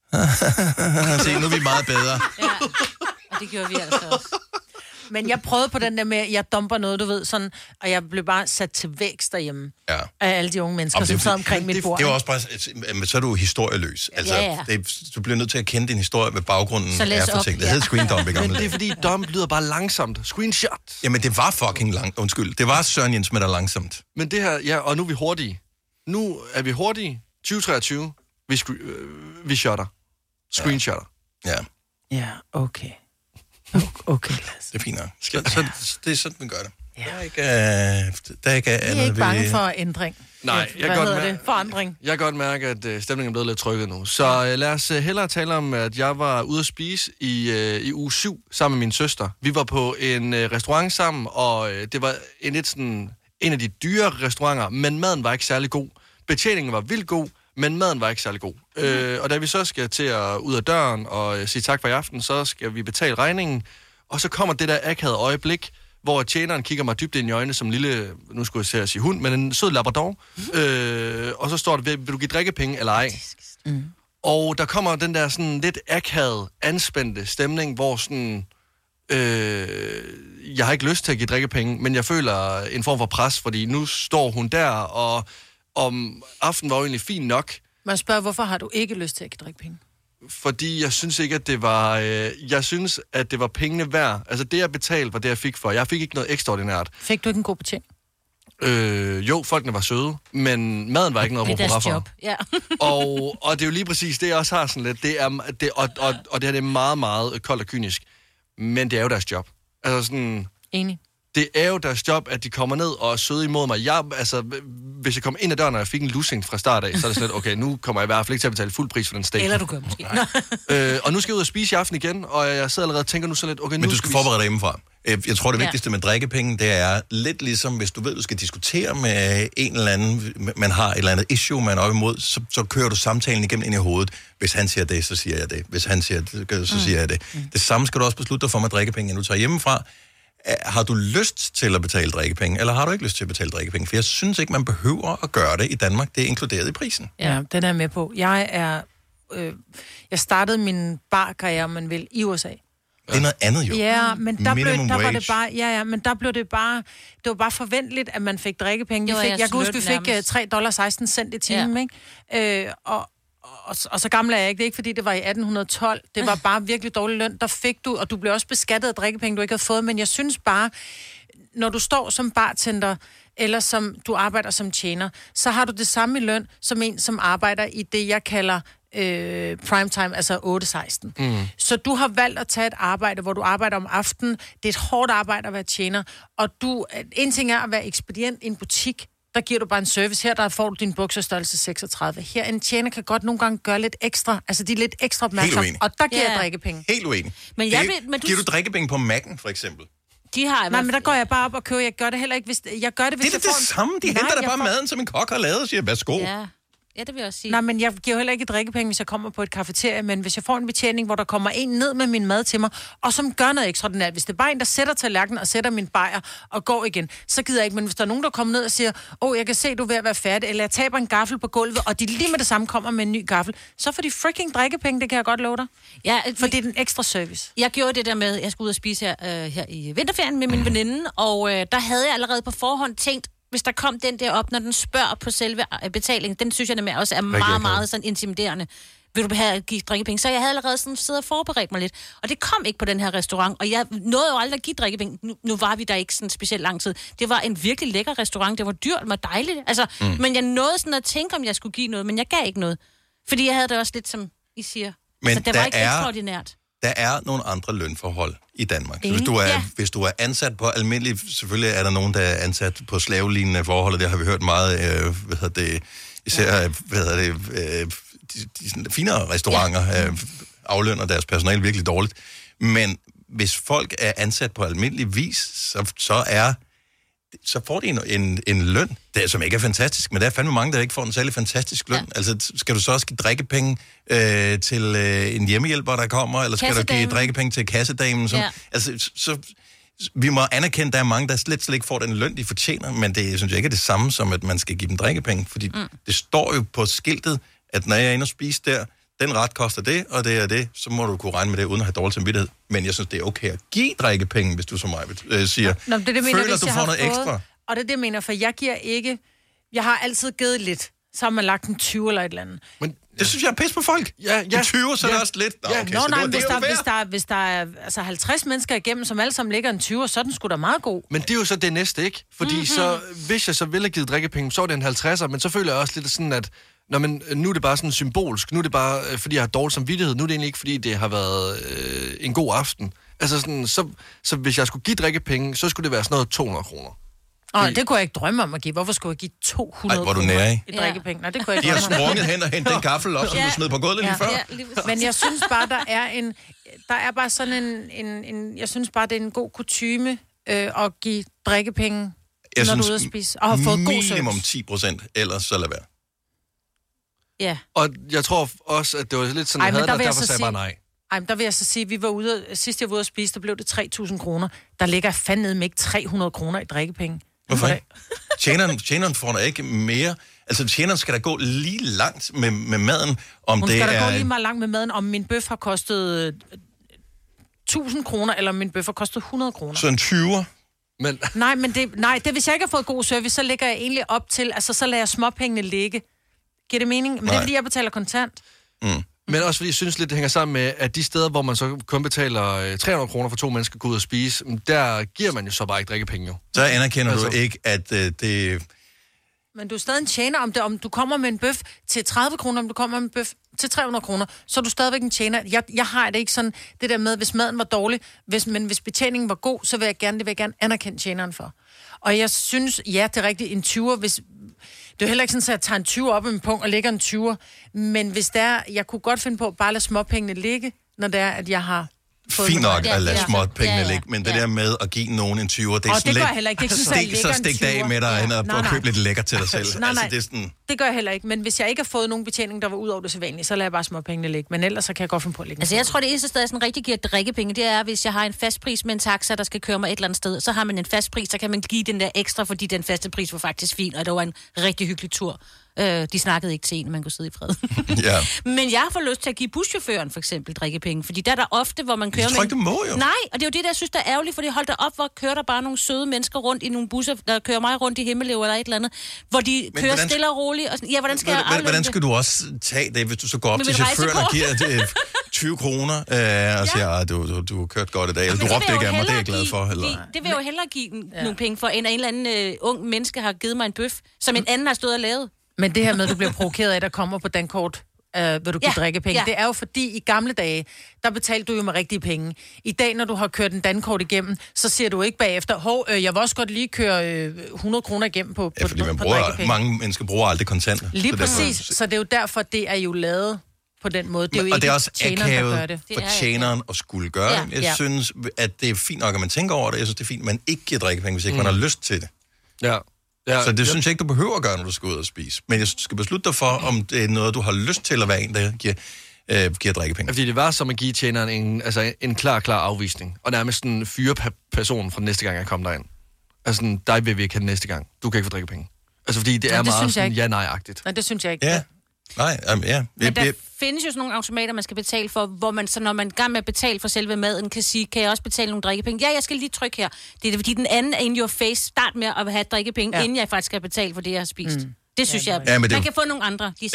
se, nu er vi meget bedre. Ja, og det gjorde vi altså også. Men jeg prøvede på den der med, at jeg dumper noget, du ved, sådan, og jeg blev bare sat til vækst derhjemme ja. af alle de unge mennesker, som sad omkring mit bord. Det var også bare, så er du historieløs. Altså, ja, ja. Det, du bliver nødt til at kende din historie, hvad baggrunden er for ting. Det ja. hed screen dump i gamle Men det er fordi, dump lyder bare langsomt. Screenshot. Jamen, det var fucking langt. Undskyld. Det var Søren Jens med der langsomt. Men det her, ja, og nu er vi hurtige. Nu er vi hurtige. tyve treogtyve. Vi, scre- øh, vi shotter. Screenshotter. Ja. Ja, okay. Okay, Lasse. Det er fint nok. Så, så, det er sådan, man gør det. Ja. Der er ikke, uh, der er ikke andet Jeg er ikke bange for ændring. Nej, jeg Hvad godt hedder mær- det? Forandring. Jeg kan godt mærke, at uh, stemningen er blevet lidt trykket nu. Så uh, lad os uh, hellere tale om, at jeg var ude at spise i, uh, i uge syv sammen med min søster. Vi var på en uh, restaurant sammen, og uh, det var en, lidt sådan, en af de dyre restauranter, men maden var ikke særlig god. Betjeningen var vildt god, men maden var ikke særlig god. Mm. Øh, og da vi så skal til at ud af døren og øh, sige tak for i aften, så skal vi betale regningen. Og så kommer det der akavede øjeblik, hvor tjeneren kigger mig dybt ind i øjnene som en lille, nu skulle jeg sige hund, men en sød labrador. Mm. Øh, og så står det, vil du give drikkepenge eller ej? Mm. Og der kommer den der sådan lidt akavede, anspændte stemning, hvor sådan... Øh, jeg har ikke lyst til at give drikkepenge, men jeg føler en form for pres, fordi nu står hun der, og om aftenen var jo egentlig fint nok. Man spørger, hvorfor har du ikke lyst til at give drikkepenge? Fordi jeg synes ikke, at det var... Øh, jeg synes, at det var pengene værd. Altså det, jeg betalte, var det, jeg fik for. Jeg fik ikke noget ekstraordinært. Fik du ikke en god betjening? Øh, jo, folkene var søde, men maden var ikke noget at råbe hurra for. Job. Ja. og, og det er jo lige præcis det, jeg også har sådan lidt. Det er, det, og, og, og det her det er meget, meget koldt og kynisk. Men det er jo deres job. Altså sådan... Enig. Det er jo deres job, at de kommer ned og er søde imod mig. Jeg, altså, hvis jeg kom ind ad døren, og jeg fik en lussing fra start af, så er det sådan lidt, okay, nu kommer jeg i hvert fald ikke til at betale fuld pris for den steak. Eller du gør måske. øh, og nu skal jeg ud og spise i aften igen, og jeg sidder allerede og tænker nu så lidt, okay, nu Men du skal, skal forberede dig hjemmefra. Jeg tror, det Ja. vigtigste med drikkepenge, det er lidt ligesom, hvis du ved, du skal diskutere med en eller anden, man har et eller andet issue, man er op imod, så, så kører du samtalen igennem ind i hovedet. Hvis han siger det, så siger jeg det. Hvis han siger det, så siger jeg det. Mm. Det samme skal du også beslutte dig for med drikkepenge, når du tager hjemmefra. Har du lyst til at betale drikkepenge, eller har du ikke lyst til at betale drikkepenge? For jeg synes ikke, man behøver at gøre det i Danmark. Det er inkluderet i prisen. Ja, den er jeg med på. Jeg er... Øh, jeg startede min barkarriere, om man vil, i U S A. Det er noget andet jo. Ja, men der, blev, Minimum der var wage. det bare, ja, ja, men der blev det bare, det var bare forventeligt, at man fik drikkepenge. Vi Det var fik, jeres jeg kan huske, vi løn fik uh, nærmest. tre dollar seksten cent i timen, ja. Ikke? Øh, og, og, og så gammel er jeg ikke. Det er ikke, fordi det var i atten tolv. Det var bare virkelig dårlig løn. Der fik du, og du blev også beskattet af drikkepenge, du ikke havde fået. Men jeg synes bare, når du står som bartender, eller som du arbejder som tjener, så har du det samme i løn, som en, som arbejder i det, jeg kalder øh, primetime, altså otte seksten. Mm. Så du har valgt at tage et arbejde, hvor du arbejder om aftenen. Det er et hårdt arbejde at være tjener. Og du, en ting er at være ekspedient i en butik, der giver du bare en service. Her der får du din bukserstørrelse seksogtredive. Her en tjener kan godt nogle gange gøre lidt ekstra. Altså de er lidt ekstra opmærksomme. Og der giver Ja. jeg drikkepenge. Helt uenig. Men jeg Det- vil- men du- Giver du drikkepenge på Mac'en, for eksempel? De har i Nej, hvert men der går jeg bare op og køber. Jeg gør det heller ikke, hvis jeg gør det, hvis Det er jeg da får det en- samme. De Nej, henter da jeg bare får- maden, som en kok har lavet, og siger, værsgo. Ja. Ja, det vil jeg også sige. Nej, men jeg giver jo heller ikke drikkepenge, hvis jeg kommer på et kafeterie, men hvis jeg får en betjening, hvor der kommer en ned med min mad til mig, og som gør noget ekstraordinært. Hvis det er bare en, der sætter tallerkenen og sætter min bajer og går igen, så gider jeg ikke. Men hvis der er nogen, der kommer ned og siger, åh, oh, jeg kan se, du er ved at være færdig, eller jeg taber en gaffel på gulvet, og de lige med det samme kommer med en ny gaffel, så får de freaking drikkepenge, det kan jeg godt love dig. Ja, For det er den ekstra service. Jeg gjorde det der med, at jeg skulle ud og spise her, øh, her i vinterferien med min veninde, og øh, der havde jeg allerede på forhånd tænkt, hvis der kom den der op, når den spørger på selve betalingen, den synes jeg nemlig også er meget, akavet. meget sådan intimiderende. vil du have give drikkepenge? Så jeg havde allerede sådan siddet og forberedt mig lidt. Og det kom ikke på den her restaurant, og jeg nåede jo aldrig at give drikkepenge. Nu, nu var vi der ikke sådan specielt lang tid. Det var en virkelig lækker restaurant, det var dyrt, det var dejligt. Altså, mm. Men jeg nåede sådan at tænke, om jeg skulle give noget, men jeg gav ikke noget. Fordi jeg havde det også lidt, som I siger. Men altså, det var ikke er... ekstraordinært. Der er nogle andre lønforhold i Danmark. Så hvis du er, ja. hvis du er ansat på almindelig... Selvfølgelig er der nogen, der er ansat på slavelignende forhold, og det har vi hørt meget, øh, hvad hedder det, især, ja. hvad hedder det, øh, de, de sådan, finere restauranter ja. øh, aflønner deres personale virkelig dårligt. Men hvis folk er ansat på almindelig vis, så, så er... så får de en, en, en løn, der, som ikke er fantastisk, men der er fandme mange, der ikke får en særlig fantastisk løn. Ja. Altså, skal du så også give drikkepenge øh, til øh, en hjemmehjælper, der kommer, eller skal du give drikkepenge til kassedamen? Som, ja. Altså, så, vi må anerkende, at der er mange, der slet, slet ikke får den løn, de fortjener, men det synes jeg ikke er det samme som, at man skal give dem drikkepenge, fordi mm. det står jo på skiltet, at når jeg er inde og spise der, den ret koster det, og det er det, så må du kunne regne med det, uden at have dårlig samvittighed. Men jeg synes, det er okay at give drikkepenge, hvis du som mig øh, siger, Nå, det, det mener, føler, du får noget fået, ekstra. Og det er det, jeg mener, for jeg giver ikke... Jeg har altid givet lidt. Så har man lagt en tyve eller et eller andet. Men det synes jeg er pis på folk. Ja, ja, en tyve, så ja, er det også lidt. Nå, okay, Nå så nej, det, hvis, det der, hvis, der, hvis der er altså halvtreds mennesker igennem, som alle sammen ligger en tyve, så er den sgu da meget god. Men det er jo så det næste, ikke? Fordi mm-hmm. så, hvis jeg så ville have givet drikkepenge, så er det en halvtredser, men så føler jeg også lidt sådan, at Nå, men nu er det bare sådan symbolsk. Nu er det bare, fordi jeg har dårlig samvittighed. Nu er det egentlig ikke, fordi det har været øh, en god aften. Altså sådan, så, så hvis jeg skulle give drikkepenge, så skulle det være sådan noget to hundrede kroner. Åh, oh, det kunne jeg ikke drømme om at give. Hvorfor skulle jeg give to hundrede kroner? Ej, hvor du nære, i drikkepenge? Nej, det kunne jeg ikke drømme om. De har sprunget hen og hentet en gaffel op, som ja. du smed på gulvet lige ja. før. Ja, lige men jeg synes bare, der er en... Der er bare sådan en... en, en jeg synes bare, det er en god kutyme øh, at give drikkepenge, jeg når synes, du er ude at spise. Og har fået god service. Minimum ti procent, ellers så lad være. Ja. Og jeg tror også, at det var lidt sådan, Ej, jeg havde, der, der derfor sagde jeg bare nej. Ej, men der vil jeg så sige, at vi var ude, sidst jeg var ude at spise, der blev det tre tusind kroner. Der ligger fandme med ikke tre hundrede kroner i drikkepenge. Hvorfor ikke? Tjeneren, tjeneren får da ikke mere... Altså, tjeneren skal da gå lige langt med, med maden, om Hun det er... Hun skal da gå lige meget langt med maden, om min bøf har kostet tusind kroner, eller min bøf har kostet hundrede kroner. Så en tyver? Men... Nej, men det, nej, det, hvis jeg ikke har fået god service, så lægger jeg egentlig op til... Altså, så lader jeg småpengene ligge. Giver det mening? Men nej. Det er, fordi jeg betaler kontant. Mm. Men også fordi jeg synes lidt, det hænger sammen med, at de steder, hvor man så kun betaler tre hundrede kroner for to mennesker at gå ud og spise, der giver man jo så bare ikke drikkepenge jo. Så anerkender altså... du ikke, at uh, det... Men du er stadig en tjener, om, det, om du kommer med en bøf til tredive kroner, om du kommer med en bøf til tre hundrede kroner, så er du stadigvæk en tjener. Jeg, jeg har det ikke sådan, det der med, hvis maden var dårlig, hvis, men hvis betjeningen var god, så vil jeg gerne, det vil jeg gerne anerkende tjeneren for. Og jeg synes, ja, det er rigtigt, en tyver, hvis... Det er heller ikke sådan, at jeg tager en tyver op i en punkt og lægger en tyver. Men hvis der er, jeg kunne godt finde på at bare lade småpengene ligge, når det er, at jeg har fået... Fint nok at lade småpengene ja, ja. ligge, men det ja. der med at give nogen en tyver, det er og sådan det gør lidt... jeg heller ikke. Det er sådan, stik, så stik af med dig ja. og, og køb lidt lækker til dig selv. nej, nej, altså, det, er sådan... det gør jeg heller ikke. Men hvis jeg ikke har fået nogen betjening, der var ud over det sædvanlige, så lader jeg bare småpengene ligge. Men ellers så kan jeg godt finde på at lægge. Altså jeg tror, det eneste sted, jeg sådan rigtig giver drikkepenge, det er, hvis jeg har en fast pris med en taxa, der skal køre mig et eller andet sted. Så har man en fast pris, så kan man give den der ekstra, fordi den faste pris var faktisk fin, og det var en rigtig hyggelig tur. Øh, de snakkede ikke til en, man kunne sidde i fred. ja. Men jeg får lyst til at give buschaufføren for eksempel drikkepenge, fordi der er der ofte, hvor man kører med... Jeg tror ikke, du må jo. Nej, og det er jo det, der jeg synes, der er ærgerligt, fordi hold da op, hvor kører der bare nogle søde mennesker rundt i nogle busser, der kører mig rundt i Himmelev eller et eller andet, hvor de Men kører hvordan... stille og roligt. Og sådan, ja, hvordan skal hvordan, jeg hvordan skal du også tage det, hvis du så går op til chaufføren og giver det tyve kroner, øh, og siger, ja. du, du, du har kørt godt i dag, eller du råbte ikke af mig, det er jeg glad for. Eller... Det, det vil jeg jo hellere give ja. nogle penge for, end at en eller anden uh, ung menneske har givet mig en bøf, som en anden har stået og lavet. Men det her med, at du bliver provokeret af, der kommer på dankort, øh, vil du give ja, drikkepenge, ja. Det er jo fordi, i gamle dage, der betalte du jo med rigtige penge. I dag, når du har kørt en dankort igennem, så siger du ikke bagefter, hov, øh, jeg vil også godt lige køre øh, hundrede kroner igennem på, ja, fordi på, man på bruger, mange mennesker bruger aldrig kontanter. Lige så præcis, derfor... så det er jo derfor, det er jo lavet på den måde. Det er jo og ikke det er også tjeneren, der gør det. for tjeneren at skulle gøre ja. det. Jeg ja. synes, at det er fint nok, at man tænker over det. Jeg synes, det er fint, at man ikke giver drikkepenge, hvis ikke mm. man har lyst til det. Ja. Ja, så det ja. synes jeg ikke, du behøver at gøre, når du skal ud og spise. Men jeg skal beslutte dig for, om det er noget, du har lyst til at være en, der giver, øh, giver drikkepenge. Fordi det var som at give tjeneren en, altså en klar, klar afvisning. Og nærmest en fyre personen fra næste gang, jeg kom derind. Altså, dig vil vi ikke have næste gang. Du kan ikke få drikkepenge. Altså, fordi det er nej, det meget sådan ja-nej-agtigt. Nej, det synes jeg ikke. Ja. Nej, um, ja. Men der findes jo sådan nogle automater, man skal betale for, hvor man så, når man er gang med at betale for selve maden, kan sige, kan jeg også betale nogle drikkepenge? Ja, jeg skal lige trykke her. Det er fordi, den anden er in your face. Start med at have drikkepenge, ja. inden jeg faktisk skal betale for det, jeg har spist. Mm. Det synes ja, jeg. Ja, man det... kan få nogle andre. De ja.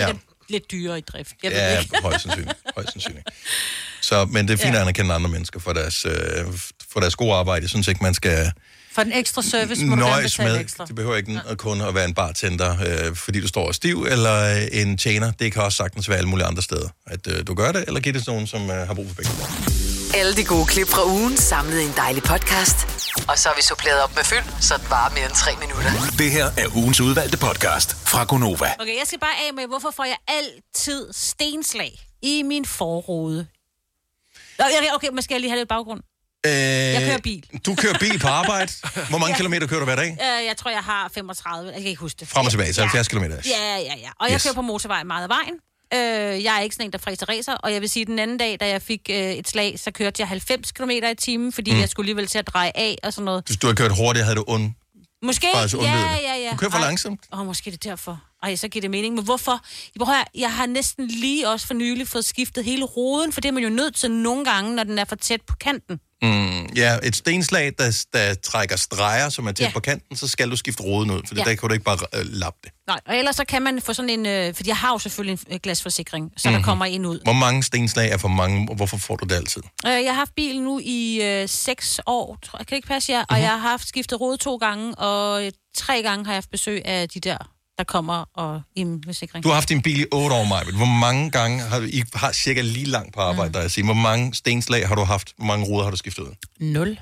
lidt dyrere i drift. Jeg ved Ja, ikke. højst sandsynligt. Højst sandsynligt. Så, men det er fint Ja. at anerkende andre mennesker for deres, øh, for deres gode arbejde. Jeg synes ikke, man skal For den ekstra service må du gerne nøjes betale med. ekstra. Det behøver ikke ja. kun at være en bartender, øh, fordi du står stiv, eller øh, en tjener. Det kan også sagtens være alle mulige andre steder. At øh, du gør det, eller giver det til nogen, som øh, har brug for begge. Alle de gode klip fra ugen samlet i en dejlig podcast. Og så har vi suppleret op med fyld, så det varer mere end tre minutter. Det her er ugens udvalgte podcast fra Gonova. Okay, jeg skal bare af med, hvorfor får jeg altid stenslag i min forrude? Okay, okay, man skal lige have lidt baggrund. Øh, Jeg kører bil. Du kører bil på arbejde. Hvor mange ja. kilometer kører du hver dag? Uh, jeg tror, jeg har femogtredive. Jeg kan ikke huske det. Frem og tilbage, så halvfjerds kilometer. Ja, ja, ja. Og jeg Yes. kører på motorvejen meget af vejen. Uh, jeg er ikke sådan en, der fræser racer. Og jeg vil sige, at den anden dag, da jeg fik uh, et slag, så kørte jeg halvfems kilometer i timen, fordi mm. jeg skulle alligevel til at dreje af og sådan noget. Hvis du havde kørt hurtigt, havde du und... Måske, faktisk ja, undvide det. ja, ja. Du kører for Ej, langsomt. Åh, oh, måske det er derfor. Ej, så giver det mening. Men hvorfor? Jeg, prøver, jeg har næsten lige også for nylig fået skiftet hele ruden, for det er man jo nødt til nogle gange, når den er for tæt på kanten. Mm, ja, et stenslag, der, der trækker streger, som er tæt Ja. på kanten, så skal du skifte roden ud, for Ja. der kan du ikke bare øh, lappe det. Nej, og ellers så kan man få sådan en... Øh, fordi jeg har jo selvfølgelig en øh, glasforsikring, så Mhm. der kommer en ud. Hvor mange stenslag er for mange, og hvorfor får du det altid? Øh, jeg har haft bil nu i øh, seks år, tror jeg. Kan det ikke passe jer? Mhm. Og jeg har haft skiftet rode to gange, og øh, tre gange har jeg haft besøg af de der, der kommer og i en forsikring. Du har haft din bil i otte år, Majbet. Hvor mange gange har du... I har cirka lige langt på arbejde, mm. der jeg siger. Hvor mange stenslag har du haft? Hvor mange ruder har du skiftet ud? Nul.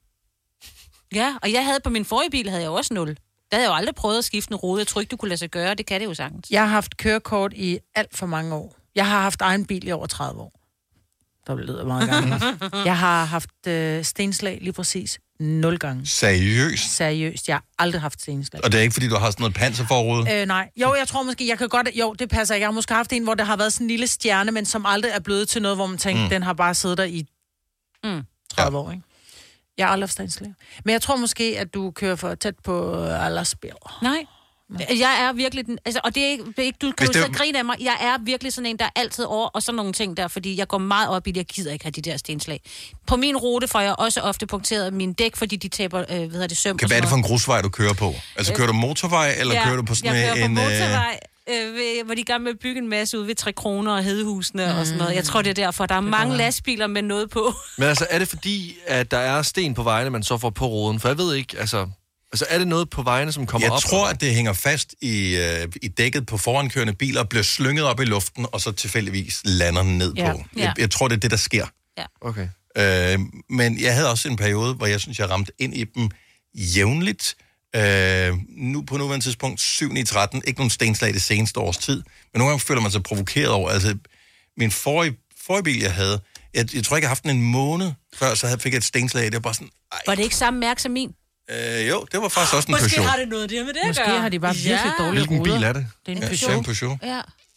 Ja, og jeg havde på min forrige bil, havde jeg jo også nul. Der havde jeg jo aldrig prøvet at skifte en rode. Jeg tror ikke, du kunne lade sig gøre. Det kan det jo sagtens. Jeg har haft kørekort i alt for mange år. Jeg har haft egen bil i over tredive år. Der lyder meget gange. Jeg har haft øh, stenslag lige præcis nul gange. Seriøst? Seriøst. Jeg har aldrig haft stenslag. Og det er ikke, fordi du har sådan noget panserforrude? Øh, nej. Jo, jeg tror måske, jeg kan godt... Jo, det passer ikke. Jeg har måske haft en, hvor der har været sådan en lille stjerne, men som aldrig er blevet til noget, hvor man tænker, Mm. mm. den har bare siddet der i mm. tredive ja. år, ikke? Jeg har aldrig haft stenslag. Men jeg tror måske, at du kører for tæt på aldersspil. Nej. Jeg er virkelig den, altså, og det er ikke, det er ikke du kan Hvis jo det- så grine af mig, jeg er virkelig sådan en, der er altid over, og sådan nogle ting der, fordi jeg går meget op i det, jeg gider ikke have de der stenslag. På min rute får jeg også ofte punkteret mine dæk, fordi de taber, øh, hvad hedder det, søm. Kan, hvad er det for en grusvej, du kører på? Altså, kører du motorvej, eller ja, kører du på sådan jeg kører en... på øh, motorvej, øh, ved, hvor de er i gang med at bygge en masse ude ved Tre Kroner og Hedehusene mm. og sådan noget. Jeg tror, det er derfor, der er mange lastbiler med noget på. Men altså, er det fordi, at der er sten på vejene, man så får på roden? For jeg ved ikke, altså... Altså, er det noget på vejene, som kommer Jeg op? tror, at det hænger fast i, øh, i dækket på forankørende biler, og bliver slynget op i luften, og så tilfældigvis lander ned Ja. på. Ja. Jeg, jeg tror, det er det, der sker. Ja. Okay. Øh, men jeg havde også en periode, hvor jeg synes, jeg ramte ind i dem jævnligt. Øh, nu på nuværende tidspunkt syv ni tretten. Ikke nogen stenslag det seneste års tid. Men nogle gange føler man sig provokeret over. Altså, min forrige, forrige bil, jeg havde, jeg, jeg tror ikke, jeg har haft den en måned, før så havde, fik jeg et stenslag. Det var bare sådan, ej. Var det ikke samme mærke som min? Øh, jo, det var faktisk også en Måske Peugeot. har det noget der med det at Måske gøre. har de bare virkelig Ja. dårlige Hvilken ruder. bil er det? Det er en Ja, Peugeot. det er en Peugeot. Ja.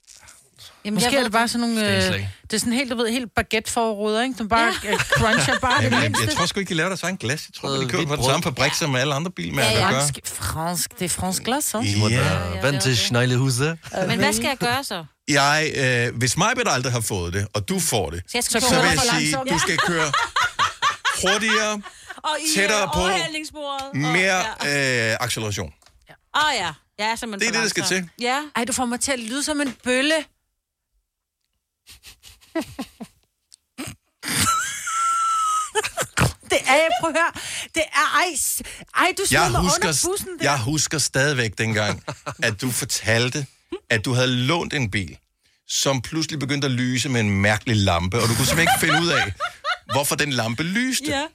Jamen, Måske jeg er det bare sådan nogle... Øh, Stenslag. det er sådan helt, du ved, helt baguette forruder, ikke? Du bare ja. cruncher bare det Jamen, jeg, mindste. jeg tror sgu ikke, de laver deres egen glas. Jeg tror, Noget de køber hvidt på den brød. samme fabrik, som alle andre bilmærker Ja, ja. gør. Fransk, fransk, det er fransk glas, så. Ja. Vantage Schneilehuse. Men hvad skal jeg gøre så? Jeg, øh, hvis Majbert aldrig har fået det, og du får det, Så jeg skal Så så køre vil jeg for sige, langsomt. du skal køre hurtigere, og i, tættere øh, på, overhalingsbordet. Og- mere Ja. øh, acceleration. Åh oh, ja. Jeg er simpelthen Det er for det, der skal langsom. Ja. Ej, du får mig til at lyde som en bølle. Det er jeg, prøv at høre. Det er, ej, s- ej du smider Jeg mig under husker, bussen der. jeg husker stadigvæk dengang, at du fortalte, at du havde lånt en bil, som pludselig begyndte at lyse med en mærkelig lampe, og du kunne simpelthen ikke finde ud af, hvorfor den lampe lyste. Ja.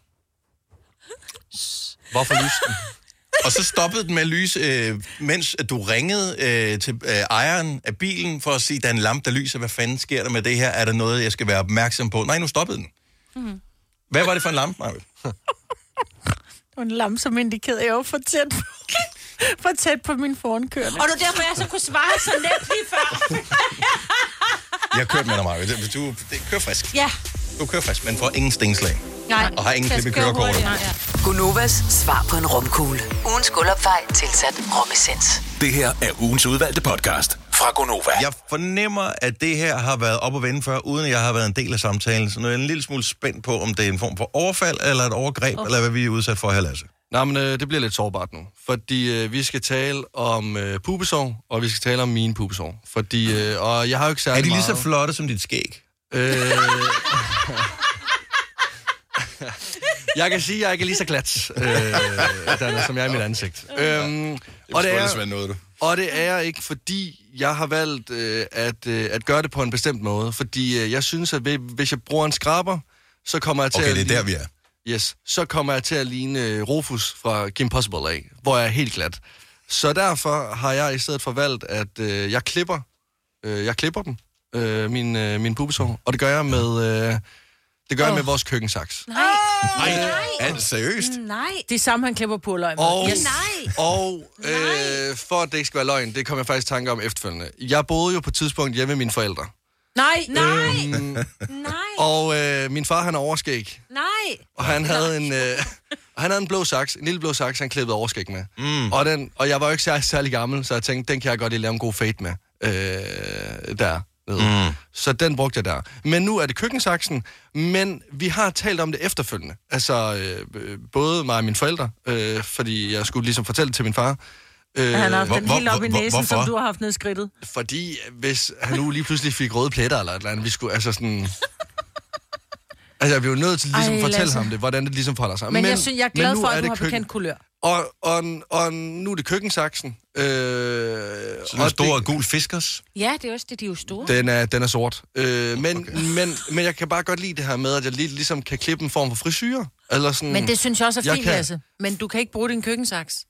Hvorfor lyste den? Og så stoppede den med at lyse, øh, mens du ringede øh, til øh, ejeren af bilen for at sige, der er en lampe, der lyser. Hvad fanden sker der med det her? Er der noget, jeg skal være opmærksom på? Nej, nu stoppede den. Mm-hmm. Hvad var det for en lampe, Maja? Det var en lampe, som indikerede, at jeg var for tæt på, for tæt på min forankørende. Og det er derfor, jeg så kunne svare så nemt lige før. Jeg har kørt med dig, Maja. Du det, kører frisk. Ja. Du kører frisk, men får ingen stenslag. Nej. Og har ingen Jeg klip i skal køre kørekortet. hurtigt. Ja. Gunovas svar på en romkugle. Ugens guldopfej tilsat romessens. Det her er ugens udvalgte podcast fra Gonova. Jeg fornemmer, at det her har været op og vende før, uden at jeg har været en del af samtalen. Så nu er jeg en lille smule spændt på, om det er en form for overfald, eller et overgreb, oh. eller hvad vi er udsat for her, Lasse. Nej, men øh, det bliver lidt sårbart nu. Fordi øh, vi skal tale om øh, pubesår, og vi skal tale om mine pubesår. Fordi, øh, og jeg har jo ikke særlig Er de lige meget... så flotte som dit skæg? Øh... jeg kan sige, at jeg ikke er lige så glat, øh, der, som jeg er i mit ansigt. Øhm, og, det er, noget, du. og det er ikke, fordi jeg har valgt øh, at, øh, at gøre det på en bestemt måde. Fordi øh, jeg synes, at hvis jeg bruger en skraber, så kommer jeg til okay, at... Okay, det er der, vi er. Yes, så kommer jeg til at ligne Rufus fra Kim Possible af, hvor jeg er helt glat. Så derfor har jeg i stedet for valgt, at øh, jeg klipper, øh, jeg klipper dem, øh, min, øh, min pubesår, og det gør jeg med, øh, det gør oh. jeg med vores køkkensaks. Nej. Nej. Er det seriøst? Nej. Det er samme, han klipper purløg med. Og, yes. Nej. Og øh, for at det ikke skal være løgn, det kom jeg faktisk i tanke om efterfølgende. Jeg boede jo på et tidspunkt hjemme med mine forældre. Nej, nej, øhm, nej. Og øh, min far, han er overskæg. Nej. Og han havde en, øh, og han havde en blå saks, en lille blå saks, han klippede overskæg med. Mm. Og, den, og jeg var jo ikke særlig, særlig gammel, så jeg tænkte, den kan jeg godt lige lave en god fade med. Øh, der. Mm. Så den brugte jeg der. Men nu er det køkkensaksen, men vi har talt om det efterfølgende. Altså, øh, både mig og mine forældre, øh, fordi jeg skulle ligesom fortælle det til min far. Øh, han har haft den hvor, helt op i næsen, hvorfor? som du har haft ned i skridtet. Fordi hvis han nu lige pludselig fik røde pletter eller et eller andet, vi skulle altså sådan... Altså, jeg blev nødt til ligesom at fortælle ham det, hvordan det ligesom forholder sig. Men, men jeg synes, jeg er glad for, at du har køkken... bekendt kulør. Og, og, og nu er det køkkensaksen. Øh, så den store det... gul fiskers? Ja, det er også det, de er jo store. Den er, den er sort. Øh, men, okay. men, men jeg kan bare godt lide det her med, at jeg lige, ligesom kan klippe en form for frisyre. Eller sådan, men det synes jeg også er fint, kan... Lasse. Men du kan ikke bruge din køkkensaks.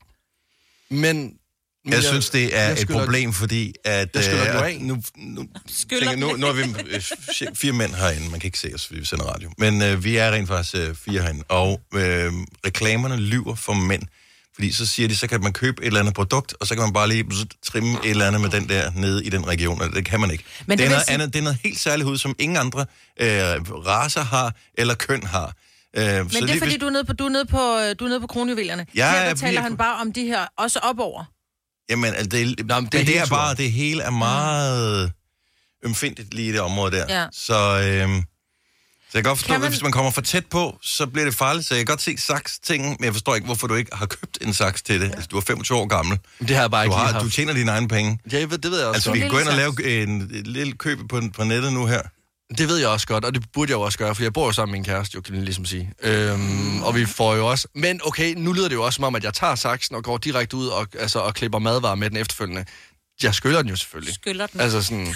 Men... Jeg, jeg synes, det er et problem, fordi at... Jeg skylder øh, du af. Nu, nu, tænker, nu, nu er vi øh, fire mænd herinde. Man kan ikke se os, fordi vi sender radio. Men øh, vi er rent faktisk øh, fire herinde. Og øh, reklamerne lyver for mænd. Fordi så siger de, så kan man købe et eller andet produkt, og så kan man bare lige trimme et eller andet med den der nede i den region. Og det kan man ikke. Men det, det, er noget sige... andet, det er noget helt særligt hud, som ingen andre øh, racer har, eller køn har. Øh, men det er lige, fordi, hvis... du er nede på, du er nede på, du er nede på kronjuvelerne. Ja, her der taler han bare om de her, også opover. Jamen, altså, det, er, Nå, det, det er bare, det hele er meget ømfindigt lige i det område der. Ja. Så, øhm, så jeg kan godt forstå, kan man... at hvis man kommer for tæt på, så bliver det farligt. Så jeg kan godt se saks-tingen, men jeg forstår ikke, hvorfor du ikke har købt en saks til det. Ja. Altså, du er femogtyve år gammel. Det har jeg bare du ikke har, haft. Du tjener dine egne penge. Ja, jeg ved, det ved jeg også. Altså, vi kan gå ind og lave en, en lille køb på, på nettet nu her. Det ved jeg også godt, og det burde jeg jo også gøre, for jeg bor jo sammen med min kæreste, jo, kan jeg ligesom sige. Øhm, og vi får jo også... Men okay, nu lyder det jo også som om, at jeg tager saksen og går direkte ud og, altså, og klipper madvarer med den efterfølgende. Jeg skyller den jo selvfølgelig. Skyller den. Altså sådan...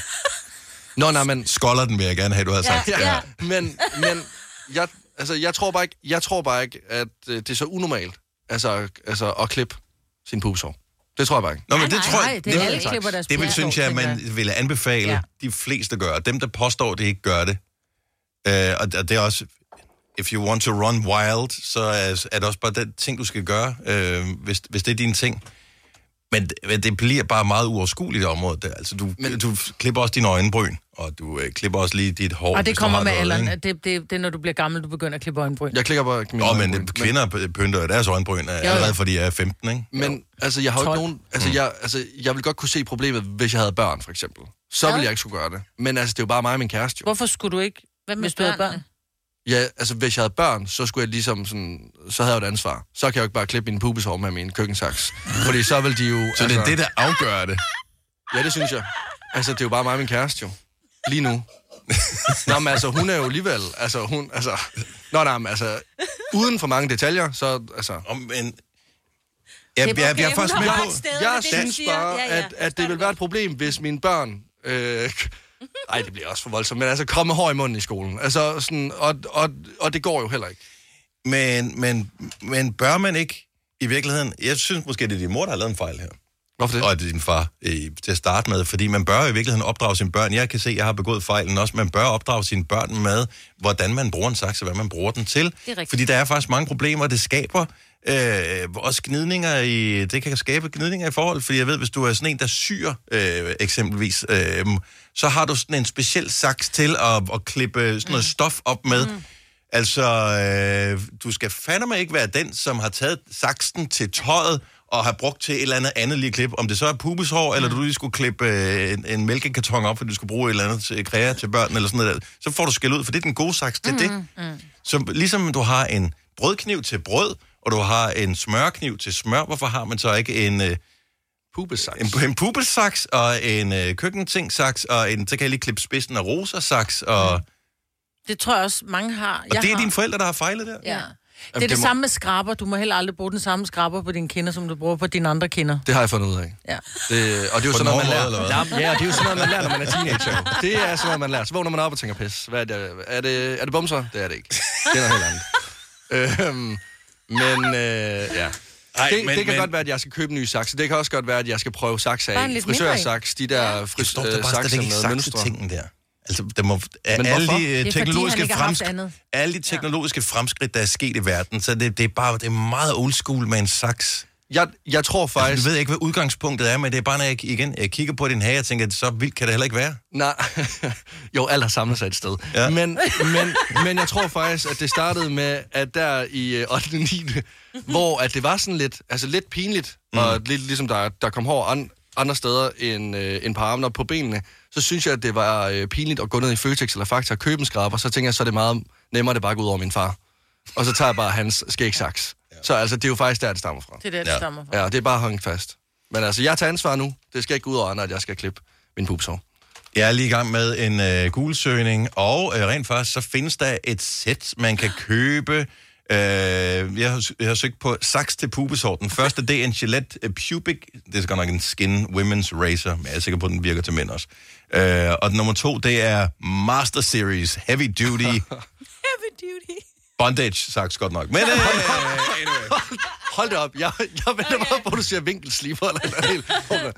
Nå, nej, men... Skolder den, vil jeg gerne have, du har sagt. Ja, ja. Men, men jeg, altså, jeg, tror bare ikke, jeg tror bare ikke, at det er så unormalt altså, altså, at klippe sin pubesår. Det tror jeg bare ikke. Nå, men det nej, tror jeg... nej, det er alle klipper deres det vil, synes jeg, man ville anbefale ja. de fleste gøre. Dem, der påstår, det ikke gør det. Uh, og det er også... If you want to run wild, så er, er det også bare den ting, du skal gøre, uh, hvis, hvis det er dine ting. Men det, det bliver bare meget uoverskueligt i området der. Altså, du, men, du klipper også dine øjenbryn, og du øh, klipper også lige dit hår. Og det kommer med alderen. Det, det, det er, når du bliver gammel, du begynder at klippe øjenbryn. Jeg klikker bare mine øjenbryn. Nå, men kvinder men... pynter deres øjenbryn allerede, fordi de er femten, ikke? Men jo. altså, jeg har jo ikke nogen... Altså, jeg, altså, jeg vil godt kunne se problemet, hvis jeg havde børn, for eksempel. Så ja. ville jeg ikke skulle gøre det. Men altså, det er jo bare mig og min kæreste, jo. Hvorfor skulle du ikke, Hvad med hvis du havde børn? Ja, altså, hvis jeg havde børn, så skulle jeg ligesom sådan... Så havde jeg et ansvar. Så kan jeg jo ikke bare klippe mine pubeshår med min køkkensaks. Fordi så vil de jo... Så altså... det er det, der afgør det? Ja, det synes jeg. Altså, det er jo bare mig og min kæreste, jo. Lige nu. Nå, men altså, hun er jo alligevel... Altså, hun... Altså... Nå, nej, men altså... Uden for mange detaljer, så... Altså... Om, men... Jeg, jeg, jeg, jeg er faktisk med på... Jeg synes bare, at, at det vil være et problem, hvis mine børn... Øh, Ej, det bliver også for voldsomt, men altså komme hår i munden i skolen. Altså sådan, og, og, og det går jo heller ikke. Men, men, men bør man ikke i virkeligheden... Jeg synes måske, det er din mor, der har lavet en fejl her. Hvorfor det? Og det er din far øh, til at starte med, fordi man bør i virkeligheden opdrage sine børn. Jeg kan se, at jeg har begået fejlen også. Man bør opdrage sine børn med, hvordan man bruger en saks, og hvad man bruger den til. Fordi der er faktisk mange problemer, det skaber... Øh, også gnidninger i... Det kan skabe gnidninger i forhold, fordi jeg ved, hvis du er sådan en, der syr, øh, eksempelvis, øh, så har du sådan en speciel saks til at, at klippe sådan noget mm. stof op med. Mm. Altså, øh, du skal fandme ikke være den, som har taget saksen til tøjet og har brugt til et eller andet andet lige klip. Om det så er pubeshår, mm. eller du lige skulle klippe øh, en, en mælkekarton op, fordi du skulle bruge et eller andet til kræa til børn, eller sådan noget der. Så får du skæld ud, for det er den gode saks, det er mm. det. Mm. Så ligesom du har en brødkniv til brød, og du har en smørkniv til smør, hvorfor har man så ikke en... Øh, pubesaks. En, en pubesaks, og en øh, køkkentingsaks, og en, så kan jeg lige klippe spidsen af rosa-saks, og... Det tror jeg også, mange har. Og jeg det er har... dine forældre, der har fejlet der? Ja. Det er Jamen, det, det må... samme med skraber. Du må heller aldrig bruge den samme skraber på dine kinder, som du bruger på dine andre kinder. Det har jeg fundet ud af. Ja. Det, og det er jo sådan noget, man lærer. Ja, det er jo sådan noget, man lærer, når man er teenager. Det er sådan noget, man lærer. Så vågner man op og tænker, pis, hvad er det? Er det, er det bumser? Det er det ikke. Det er noget helt andet. øhm, men, øh, ja. Ej, det, men, det kan men... godt være, at jeg skal købe en ny saks. Det kan også godt være, at jeg skal prøve saks af. Frisørsaks, de der fris, øh, sakser med mønstre. Tingene der. Altså, der må, alle de uh, teknologiske, fordi, fremsk- alle de teknologiske ja. fremskridt, der er sket i verden, så det, det er bare det er meget old school med en saks. Jeg, jeg tror faktisk... Altså, du ved ikke, hvad udgangspunktet er, men det er bare, når jeg, igen, jeg kigger på din hage, og tænker, så vildt kan det heller ikke være. Nej, jo, alt har samlet sig et sted. Ja. Men, men, men jeg tror faktisk, at det startede med, at der i ottende og niende hvor at det var sådan lidt, altså lidt pinligt, mm. og lidt ligesom der, der kom hår an, andre steder end, øh, end på armene og på benene, så synes jeg, at det var øh, pinligt at gå ned i Føtex eller Fakta og købe en skraber, så tænker jeg, så er det meget nemmere, det bare går ud over min far. Og så tager jeg bare hans skægsaks. Ja. Så altså, det er jo faktisk der, det stammer fra. Det er der, det ja. stammer fra. Ja, det er bare hængt fast. Men altså, jeg tager ansvar nu. Det skal ikke gå ud over andre, at jeg skal klippe min pupshår. Jeg er lige i gang med en øh, Google-søgning, og øh, rent faktisk, så findes der et sæt, man kan købe. Øh, jeg, har, jeg har søgt på saks til pubeshår. Den første, det er en Gillette Pubic. Det er godt nok en Skin Women's Razor, men jeg er sikker på, at den virker til mænd også. Øh, og nummer to, det er Master Series Heavy Duty. Heavy Duty. Bondage, sagt godt nok. Men øh, anyway. Hold det op. Jeg, jeg venter bare på, at du siger vinkelsliber. Eller helt.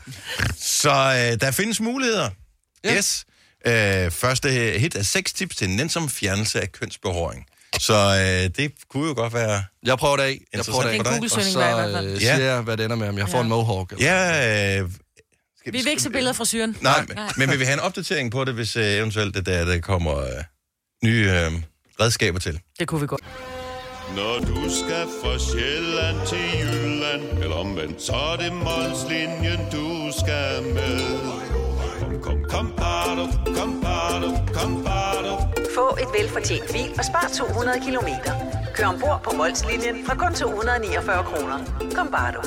Så øh, der findes muligheder. Ja. Yes. Øh, første hit er seks tips til nænsom fjernelse af kønsbehåring. Så øh, det kunne jo godt være... Jeg prøver det af. Jeg prøver det af. Det er en Google-søgning, og så øh, siger jeg, hvad det ender med, om jeg får ja. en mohawk. Eller ja, øh, skal, vi vil ikke se billeder fra syren. Nej, men, men vil vi have en opdatering på det, hvis øh, eventuelt det der, der kommer øh, nye øh, redskaber til? Det kunne vi godt. Når du skal fra Sjælland til Jylland, eller omvendt, så er det Molslinjen, du skal med. Kom, kom, kom, bado, kom, bado, kom, bado. Få et velfortjent bil og spar to hundrede kilometer. Kør ombord på Molslinjen fra kun to hundrede niogfyrre kroner. Kom, bado.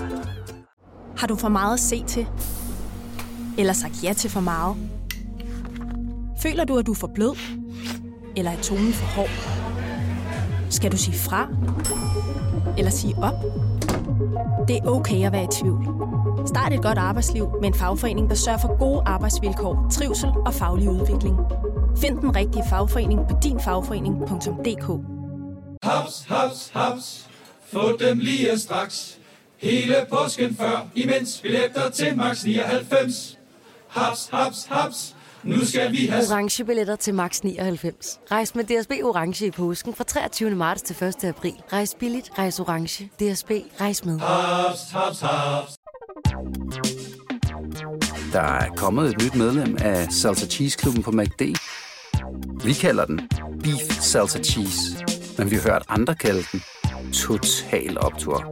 Har du for meget at se til? Eller sagt ja til for meget? Føler du, at du er for blød? Eller er tonen for hård? Skal du sige fra? Eller sige op? Det er okay at være i tvivl. Start et godt arbejdsliv med en fagforening, der sørger for gode arbejdsvilkår, trivsel og faglig udvikling. Find den rigtige fagforening på din fagforening punktum d k. Haps, haps, haps. Få dem lige straks. Hele påsken før, imens billetter til max nioghalvfems. Haps, haps, haps. Nu skal vi have orange billetter til max nioghalvfems. Rejs med D S B orange i påsken fra treogtyvende marts til første april. Rejs billigt, rejs orange. D S B, rejs med. Haps, haps, haps. Der er kommet et nyt medlem af Salsa Cheese Klubben på McD. Vi kalder den Beef Salsa Cheese, men vi har hørt andre kalde den Total Optur.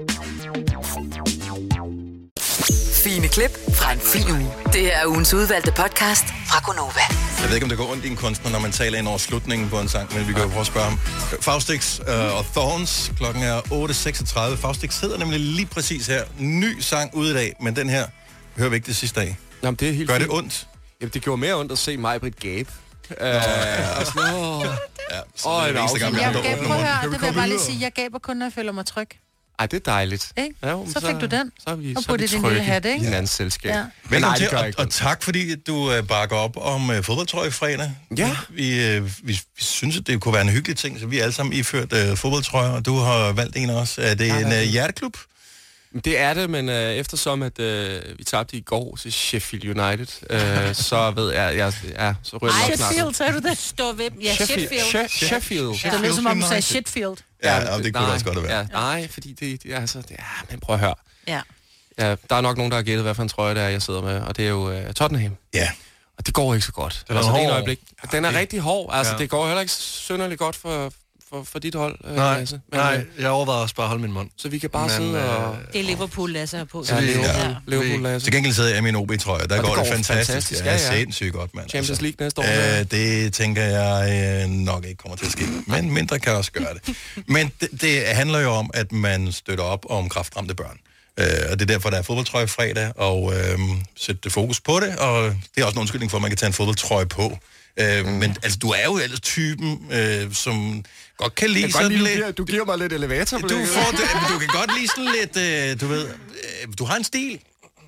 Fine klip fra en fin uge. Det er ugens udvalgte podcast fra Gonova. Jeg ved ikke, om det går ondt i en kunstner, når man taler ind over slutningen på en sang, men vi kan jo prøve at spørge ham. Faustix øh, og Thorns, klokken er otte seksogtredive. Faustix hedder nemlig lige præcis her. Ny sang ude i dag, men den her hører vi ikke det sidste dag. Jamen, det er helt Gør fint. det ondt? Jamen, det gjorde mere ondt at se Maj-Brit gabe. Nå, øh, ja. Altså, åh. Ja, så Åh, det er det eneste gang, vi Jeg har gaber, prøv at høre, det vil jeg bare lige sige. Jeg gaber kun, når jeg føler mig tryg. Ej, det er dejligt. Ikke? Ja, jo, så fik du den. Så er vi, og så er vi din lille hat, ikke? i hinandens selskab. Ja. Men nej, til, og, og tak, fordi du uh, bakker op om uh, fodboldtrøje fredag. Ja. Vi, uh, vi, vi synes, at det kunne være en hyggelig ting, så vi er alle sammen iført uh, fodboldtrøjer, og du har valgt en også. Er det ja, en uh, hjerteklub? Det er det, men øh, eftersom at øh, vi tabte i går til Sheffield United, øh, så ved jeg, jeg ja, så ryger Ej, nok snart. Sheffield, sagde du det? Stå ved dem. Ja, Sheffield. Sheffield. Sheffield. Ja, det lød som om du sagde Sheffield. Ja, ja, det kunne nej, også godt være. Ja, nej, fordi det, det er altså, det er, men prøv at høre. Ja. Ja, der er nok nogen, der har gættet, hvad for en trøje det er, jeg sidder med, og det er jo uh, Tottenham. Ja. Og det går ikke så godt. Den er altså, hård. det er øjeblik. Den er rigtig hård. Altså, ja. det går heller ikke synderligt godt for, for, for dit hold, øh, Nej, Lasse. nej, jeg overvejer også bare at holde min mund. Så vi kan bare Men, sidde øh, og... Det er Liverpool, Lasse har på. Ja, Liverpool, Ja. Liverpool, Lasse. Til gengæld sidder jeg i min O B-trøje. Der Og går det det går fantastisk. fantastisk, Ja, ja, ja. ja. Sindssygt godt, mand. Champions League næste år. Øh, det tænker jeg øh, nok ikke kommer til at ske. Men mindre kan også gøre det. Men det, det handler jo om, at man støtter op om kræftramte børn. Øh, og det er derfor, der er fodboldtrøje fredag, og øh, sætte fokus på det. Og det er også en undskyldning for, at man kan tage en fodboldtrøje på. Øh, mm. Men altså, du er jo ellers typen, øh, som godt kan lide Jeg kan sådan godt lide, lidt... du giver, du giver mig lidt elevator. Du, får det, du kan godt lide sådan lidt, øh, du ved... Øh, du har en stil.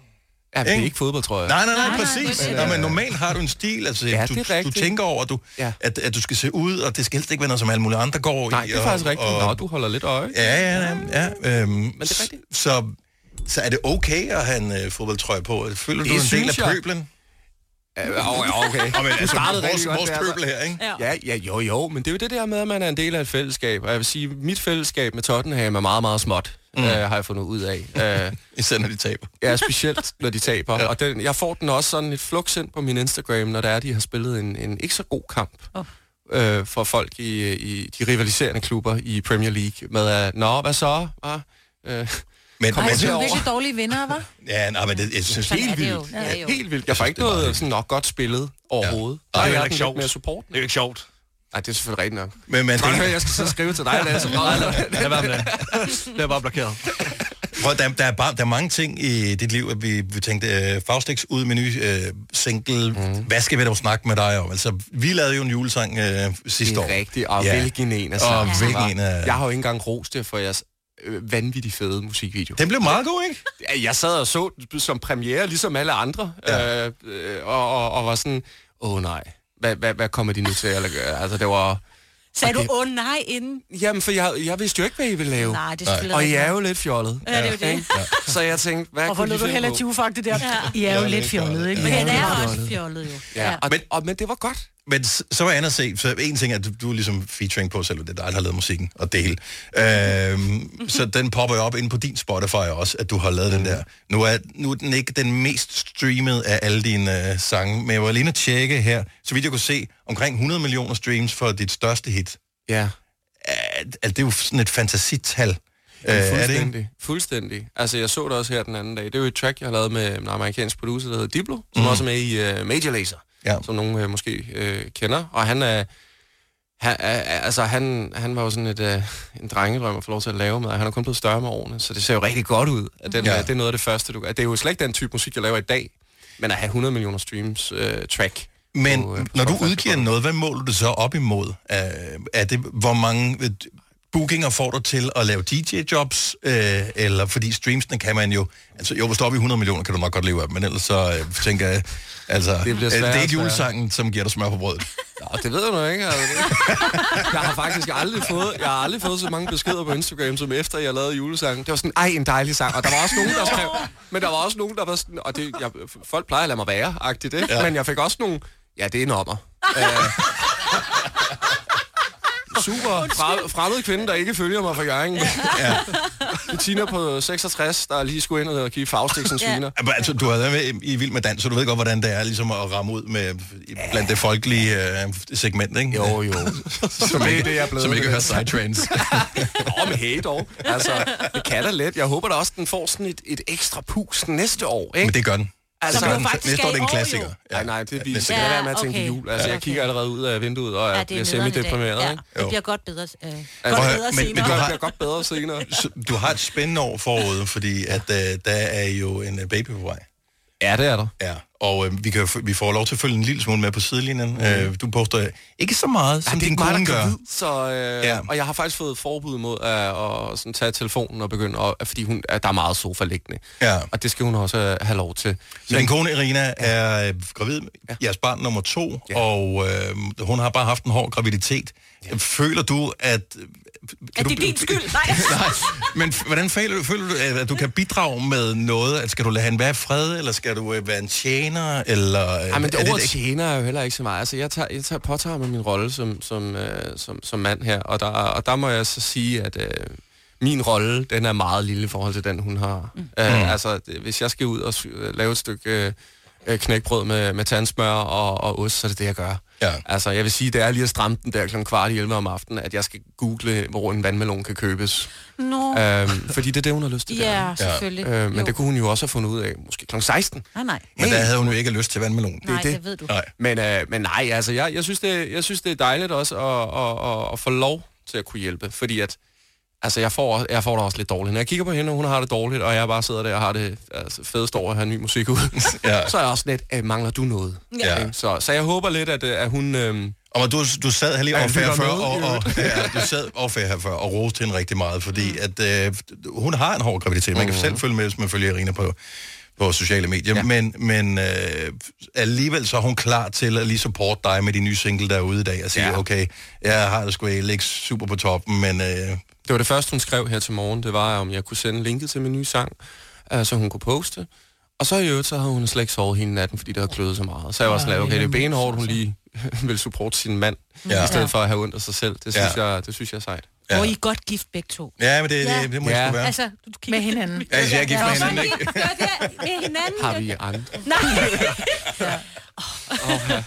Ja, det er ikke fodbold, tror jeg. Nej, nej, nej, præcis. Nej, men normalt har du en stil, altså Ja, du, det er du tænker over, du, ja. at, at du skal se ud, og det skal helst ikke være noget, som alle mulige andre går Nej, i. det er og, faktisk rigtigt. Og, Nå, du holder lidt øje. Ja, ja, ja. ja øhm, Men det er rigtigt. Så, så er det okay at have en øh, fodboldtrøje på? Føler Det du en del synes af jeg. pøblen? Ja, ja, okay. Og men, altså, startede vores, rigtig godt vores der, så- pøbel her, ikke? Ja, ja, jo, jo, men det er jo det der med, at man er en del af et fællesskab. Og jeg vil sige, mit fællesskab med Tottenham er meget, meget småt, mm. øh, har jeg fundet ud af. Uh, Især når de taber. Ja, specielt når de taber. Ja. Og den, jeg får den også sådan et flux ind på min Instagram, når der er, de har spillet en, en ikke så god kamp oh. øh, for folk i, i de rivaliserende klubber i Premier League. Med at, nå, hvad så? Ah, øh, Men, Ej, men, det er jo virkelig dårlige vinder, hva'? ja, nej, men det, jeg synes, Sådan helt er det vildt. jo. Ja, jo. helt vildt. Jeg får ikke noget sådan nok godt spillet overhovedet. Ja. Der Det er er jo ikke den sjovt. lidt mere support. Det er jo ikke sjovt. Nej, det er selvfølgelig rigtigt nok. Men man Godt tænker, høre, jeg skal så skrive til dig, Lasse. Nej, lad være med det. Det er bare blokeret. prøv, der, der, er bare, der er mange ting i dit liv, at vi, vi tænkte, øh, Faustix ud med ny øh, single. Mm. Hvad skal vi dog snakke med dig om? Altså, vi lavede jo en julesang øh, sidste år. Det er rigtigt, og Ja. hvilken en af Og sangene hvilken var. en af- Jeg har jo ikke engang rost det for jeres øh, vanvittigt fede musikvideo. Den blev meget god, ikke? Ja, jeg sad og så den som premiere, ligesom alle andre, Ja. øh, øh, og, og, og var sådan, åh nej, hvad, hvad, hvad kommer de nu til at gøre? Altså, det var... Sagde okay. du, åh nej, inden? Jamen, for jeg, jeg vidste jo ikke, hvad I ville lave. Nej, det er selvfølgelig Og I rigtigt. er jo lidt fjollet. Ja, det er jo det. Ikke? Så jeg tænkte, hvad Og hvor kunne lød de du finde heller på? tjuvfagtigt der. I er jo lidt fjollet, ikke? Men den I er jo også lidt fjollet jo. Ja, og, men, og, men det var godt. Men s- så var jeg andet at se, så en ting er, at du, du er ligesom featuring på, selvom det er dig, der har lavet musikken og det hele. Øhm, så den popper jo op inde på din Spotify også, at du har lavet mm. den der. Nu er, nu er den ikke den mest streamede af alle dine uh, sange, men jeg var lige at tjekke her, så vidt jeg kunne se, omkring hundrede millioner streams for dit største hit. Ja. At, at det er jo sådan et fantasital. Ja, Øh, er det ikke? fuldstændig. Fuldstændig. Altså, jeg så det også her den anden dag. Det er jo et track, jeg har lavet med en amerikansk producer, der hedder Diplo, som Mm. også er med i uh, Major Lazer, Ja. som nogen uh, måske uh, kender. Og han er... Han, uh, altså, han, han var jo sådan et, uh, en drengedrøm at få lov til at lave med, og han er kun blevet større med årene, så det ser jo rigtig godt ud. At den, Ja. ja. Det er noget af det første, du gør. Det er jo slet ikke den type musik, jeg laver i dag, men at have hundrede millioner streams uh, track. Men på, uh, når du Spotify, udgiver noget, hvad måler du så op imod? Uh, er det, hvor mange øh, bookinger får du til at lave D J-jobs? Øh, eller fordi streamsene kan man jo... Altså jo, hvis du er oppe i hundrede millioner, kan du nok godt leve af dem, men ellers så øh, tænker jeg... Altså, Det bliver øh, sværere det er og ikke sværere. julesangen, som giver dig smør på brødet. Ja, det ved jeg nu ikke. Altså. Jeg har faktisk aldrig fået, jeg har aldrig fået så mange beskeder på Instagram, som efter jeg lavede julesangen. Det var sådan, ej, en dejlig sang. Og der var også nogen, der skrev, men der var også nogen, der var sådan, og det, jeg, folk plejer at lade mig være, agtigt det. Ja. Men jeg fik også nogle, ja, det er en ommer. Uh, super fra, fremmede kvinde, der ikke følger mig fra Jørgen. Ja. Bettina på seksogtres, der lige skulle ind og give Faustix en sviner. Ja. Altså, du har været med i, i Vild med Dans, så du ved godt, hvordan det er ligesom at ramme ud med blandt det folkelige øh, segment, ikke? Jo, jo. som ikke, det, jeg er som ikke hører sidetrains. Nå, men hey dog. Altså, det kan da let. Jeg håber da også, den får sådan et, et ekstra pus næste år, ikke? Men det gør den. Altså, det gør den. faktisk Næste år er det er i en år, klassiker. jo. Nej, nej, det er vi næste skal år. lade være med at tænke Ja, på okay. jul. Altså, Ja, jeg okay. kigger allerede ud af vinduet, og Ja, jeg det er bliver nederen i dag. semi-deprimeret, Ja, ikke? det Jo. bliver godt bedre. Øh, Altså, godt prøv at- bedre men- men senere. du Det har- bliver godt bedre senere. Så du har et spændende år forude, fordi at, øh, der er jo en øh, baby på vej. Ja, det er der. Ja, og øh, vi, kan, jo f- vi får lov til at følge en lille smule med på sidelinjen. Mm. Øh, du poster ikke så meget, som det er din ikke mig, kone der gør. gravid, så, øh, Ja. og jeg har faktisk fået forbud mod at, at sådan, tage telefonen og begynde, at, fordi hun, at der er meget sofa liggende. Ja. Og det skal hun også øh, have lov til. Så din kone Irina er øh, gravid, ja. jeres barn nummer to, ja. og øh, hun har bare haft en hård graviditet. Ja. Føler du, at... Er det din skyld? Nej. Nej, men f- hvordan føler du, føler du, at du kan bidrage med noget? At skal du lade han være i fred, eller skal du øh, være en tjener, eller... Ej, men er det ordet ikke- tjener er jo heller ikke så meget. Altså, jeg, tager, jeg tager, påtager mig min rolle som, som, øh, som, som mand her, og der, og der må jeg så sige, at øh, min rolle, den er meget lille i forhold til den, hun har. Mm. Øh, Mm. altså, det, hvis jeg skal ud og sy- lave et stykke øh, knækbrød med, med tandsmør og, og ost, så er det det, jeg gør. Ja. Altså, jeg vil sige, det er lige at stramme den der klokken kvart i elleve om aftenen, at jeg skal google, hvor en vandmelon kan købes. Nå. Øhm, fordi det er det, hun har lyst til. Ja, der. selvfølgelig. Øh, men Jo. det kunne hun jo også have fundet ud af, måske klokken seksten. Nej, nej. Men der havde hun jo ikke lyst til vandmelon. Det nej, det. det ved du. Nej. Men, øh, men nej, altså, jeg, jeg, synes, det, jeg synes, det er dejligt også at, at, at, at få lov til at kunne hjælpe, fordi at altså, jeg får, jeg får det også lidt dårligt. Når jeg kigger på hende, og hun har det dårligt, og jeg bare sidder der og har det altså, fedest over at have ny musik ud, ja. så er jeg også lidt, øh, mangler du noget? Ja. Så, så jeg håber lidt, at, at hun... Øh, Og du, du sad her lige Ja, over færre lytter før, med, og, i og, øvrigt. ja, du sad over færre her før og roste hende rigtig meget, fordi at, øh, hun har en hård graviditet. Man kan selv følge med, hvis man følger Irina på, på sociale medier, ja. men, men øh, alligevel så er hun klar til at lige supporte dig med de nye single derude i dag, og sige, ja. okay, jeg har det sgu ikke super på toppen, men... Øh, det var det første, hun skrev her til morgen, det var, om jeg kunne sende linket til min nye sang, uh, så hun kunne poste. Og så i øvrigt, så havde hun slet ikke sovet hele natten, fordi det havde kløet så meget. Så jeg var sådan, okay, det er benhårdt, hun lige vil supporte sin mand, ja. i stedet for at have ondt af sig selv. Det synes, ja. jeg, det synes jeg er sejt. Ja. Og I er godt gift begge to. Ja, men det, ja. det, det må ja. sgu være. Altså, du kigger med hinanden. Ja, jeg er gift med hinanden, ikke? Med hinanden. Har vi andre? Nej. ja. Okay.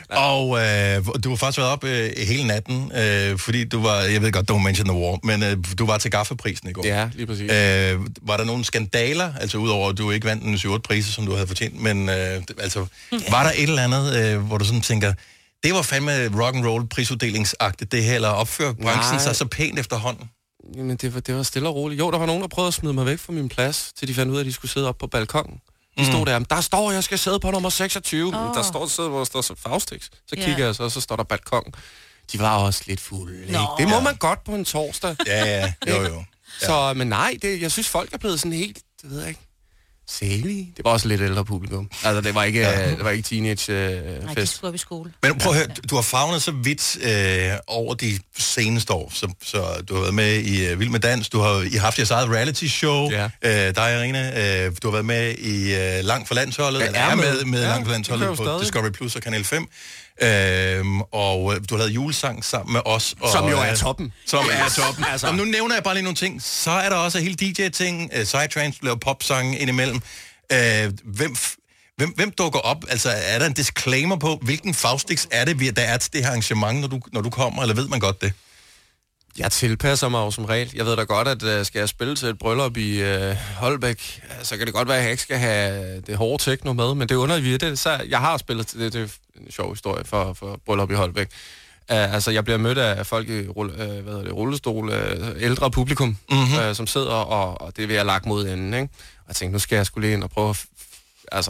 Og øh, du har faktisk været op øh, hele natten, øh, fordi du var, jeg ved godt, don't mention the war, men øh, du var til Gaffaprisen i går. Ja, lige præcis. Øh, var der nogle skandaler, altså udover at du ikke vandt en syv otte priser, som du havde fortjent, men øh, altså, var der et eller andet, øh, hvor du sådan tænker, det var fandme rock and roll prisuddelingsagtigt, det her, eller opfører branchen sig så pænt efterhånden? Jamen, det var, det var stille og roligt. Jo, der var nogen, der prøvede at smide mig væk fra min plads, til de fandt ud af, at de skulle sidde op på balkongen. De stod der, der står, jeg skal sidde på nummer seksogtyve. Oh. Der står, der hvor der står så Faustix. Så kigger yeah. jeg så, og så står der balkon. De var også lidt fulde, ikke? Det må ja. man godt på en torsdag. Ja, ja, jo, jo. Ja. Så, men nej, det, jeg synes, folk er blevet sådan helt, det ved jeg ikke, sælige. Det var også lidt ældre publikum. Altså, det var ikke, ja. det var ikke teenage-fest. Øh, nej, de skulle op i skole. Men prøv at høre, du har favnet så vidt øh, over de seneste år, så, så du har været med i uh, Vild med Dans, du har I haft jeres eget reality-show, ja. øh, dig, Irina, øh, du har været med i uh, Langt for Landsholdet, eller er med, med, med ja, Langt for Landsholdet på Discovery Plus og Kanal fem. Øhm, og du har lavet julesang sammen med os. Og, som jo er toppen. Som er toppen. Altså. Og nu nævner jeg bare lige nogle ting. Så er der også hele D J-ting, uh, Psytrance, du laver popsange indimellem. Uh, hvem, hvem, hvem dukker op? Altså, er der en disclaimer på, hvilken Faustix er det, der er til det her arrangement, når du, når du kommer, eller ved man godt det? Jeg tilpasser mig jo som regel. Jeg ved da godt, at uh, skal jeg spille til et bryllup i uh, Holbæk, så kan det godt være, at jeg ikke skal have det hårde techno med, men det under vi det. Så jeg har spillet til det, det er en sjov historie for, for bryllup i Holbæk. Uh, altså, jeg bliver mødt af folk i rulle, uh, hvad hedder det, rullestol, uh, ældre publikum, mm-hmm. uh, som sidder, og, og det vil jeg lagt mod enden, ikke? Og jeg tænkte, nu skal jeg skulle lige ind og prøve at, f- altså...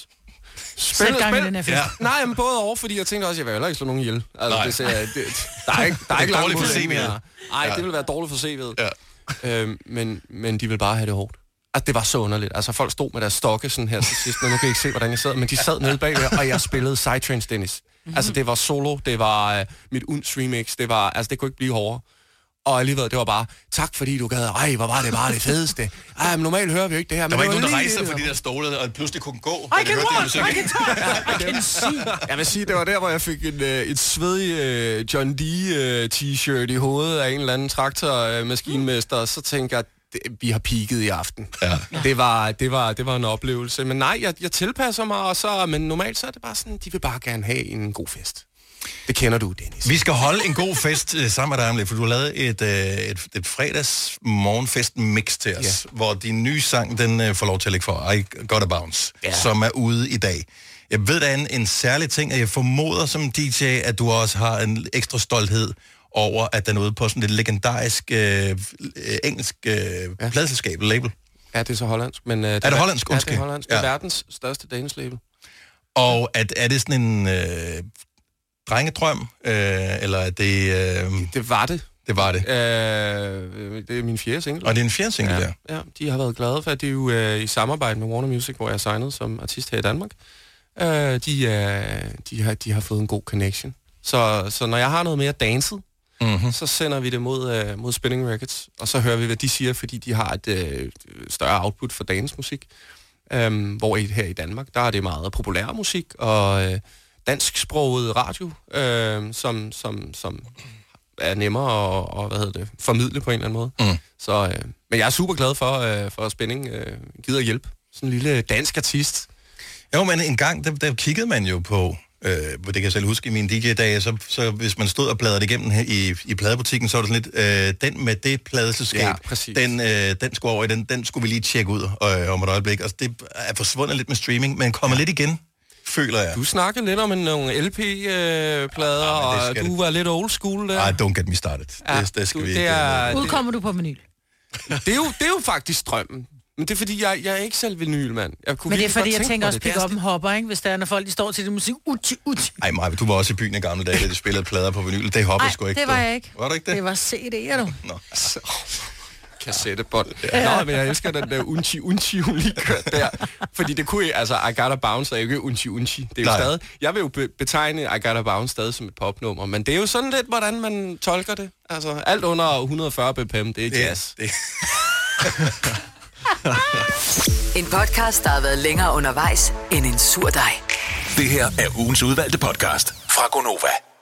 Spil, spil. Ja. Nej, men både over, fordi jeg tænkte også, at jeg vil heller ikke slå nogen ihjel. Altså, det ser, det, der er ikke, der er ikke langt for C V'et. Nej, ja. Det vil være dårligt for C V'et. Ja. Øhm, men, men de vil bare have det hårdt. Altså, det var så underligt. Altså, folk stod med deres stokke sådan her til sidst, men nu kan jeg ikke se, hvordan jeg sad, men de sad nede bagved, og jeg spillede Psytrance Dennis. Mm-hmm. Altså, det var solo, det var uh, mit Unds remix, det var, altså, det kunne ikke blive hårdere. Og alligevel, det var bare, tak fordi du gad, ej, hvor var det bare det fedeste. Ej, men normalt hører vi jo ikke det her. Men der var ikke det nogen, der rejste for de der stole, og pludselig kunne gå. I can walk, I can talk, I can see. Jeg vil sige, det var der, hvor jeg fik en, uh, et svedig uh, John D uh, t-shirt i hovedet af en eller anden traktormaskinmester, og så tænker jeg, det, vi har peaked i aften. Ja. Det, var, det, var, det var en oplevelse. Men nej, jeg, jeg tilpasser mig, og så, men normalt så er det bare sådan, de vil bare gerne have en god fest. Det kender du, Dennis. Vi skal holde en god fest uh, sammen med dig om lidt, for du har lavet et, uh, et, et fredags morgenfest-mix til os, yeah. hvor din nye sang, den uh, får lov til at lægge for, I Got A Bounce, yeah. som er ude i dag. Jeg ved, der er en, en særlig ting, at jeg formoder som D J, at du også har en ekstra stolthed over, at den er ude på sådan et legendarisk uh, engelsk uh, ja. pladselskab, label. Ja, det er så hollandsk. Men, uh, det er det hollandsk? Ja, det er hollandsk. Det er ja. verdens største dance-label. Og at, er det sådan en... Uh, drengedrøm, øh, eller er det... Øh... Det var det. Det var det. Øh, det er min fjerde single. Og det er en fjerde single, ja. der? Ja, de har været glade for, at det er jo øh, i samarbejde med Warner Music, hvor jeg er signet som artist her i Danmark. Øh, de, øh, de, har, de har fået en god connection. Så, så når jeg har noget mere danset, mm-hmm. så sender vi det mod, øh, mod Spinning Records, og så hører vi, hvad de siger, fordi de har et øh, større output for dansmusik. Øh, hvor i, her i Danmark, der er det meget populær musik, og... Øh, dansksproget radio, øh, som, som, som er nemmere at og, hvad hedder det, formidle på en eller anden måde. Mm. Så, øh, men jeg er super glad for, øh, for Spænding øh, gider hjælp. Sådan en lille dansk artist. Jo, men en gang, der, der kiggede man jo på Øh, det kan jeg selv huske i mine D J-dage, så, så hvis man stod og bladrede igennem her i, i pladebutikken, så var det sådan lidt, øh, den med det pladeselskab, Ja, den, øh, den skulle over i, den, den skulle vi lige tjekke ud øh, om et øjeblik. Altså, det er forsvundet lidt med streaming, men kommer ja. lidt igen, føler jeg. Du snakkede lidt om en, nogle L P-plader, ja, og du det. var lidt old school der. Ej, don't get me started. Ja, det, det skal du, vi det ikke. Er, Udkommer du på vinyl? Det er, jo, det er jo faktisk drømmen. Men det er fordi, jeg, jeg er ikke selv vinyl, mand. Jeg kunne Men det er fordi, jeg tænke tænker også, det. pick up en hopper, ikke? Hvis der er, når folk de står til det musik, uti, uti. Ej, Maja, du var også i byen i gamle dage, da de spillede plader på vinyl. Det hopper sgu ikke. det var jeg ikke. Var du ikke det? Det var C D'er, du. Nå. Kassettebånd. Ja. Nå, men jeg elsker den der unchi unchi hun lige kørte der. Fordi det kunne ikke, altså I Gotta Bounce er ikke unchi unchi. Det er jo Nej. stadig, jeg vil jo be- betegne I Gotta Bounce stadig som et popnummer, men det er jo sådan lidt, hvordan man tolker det. Altså, alt under et hundrede og fyrre B P M, det er jazz. Det. En podcast, der har været længere undervejs end en sur dej. Det her er ugens udvalgte podcast fra Gonova.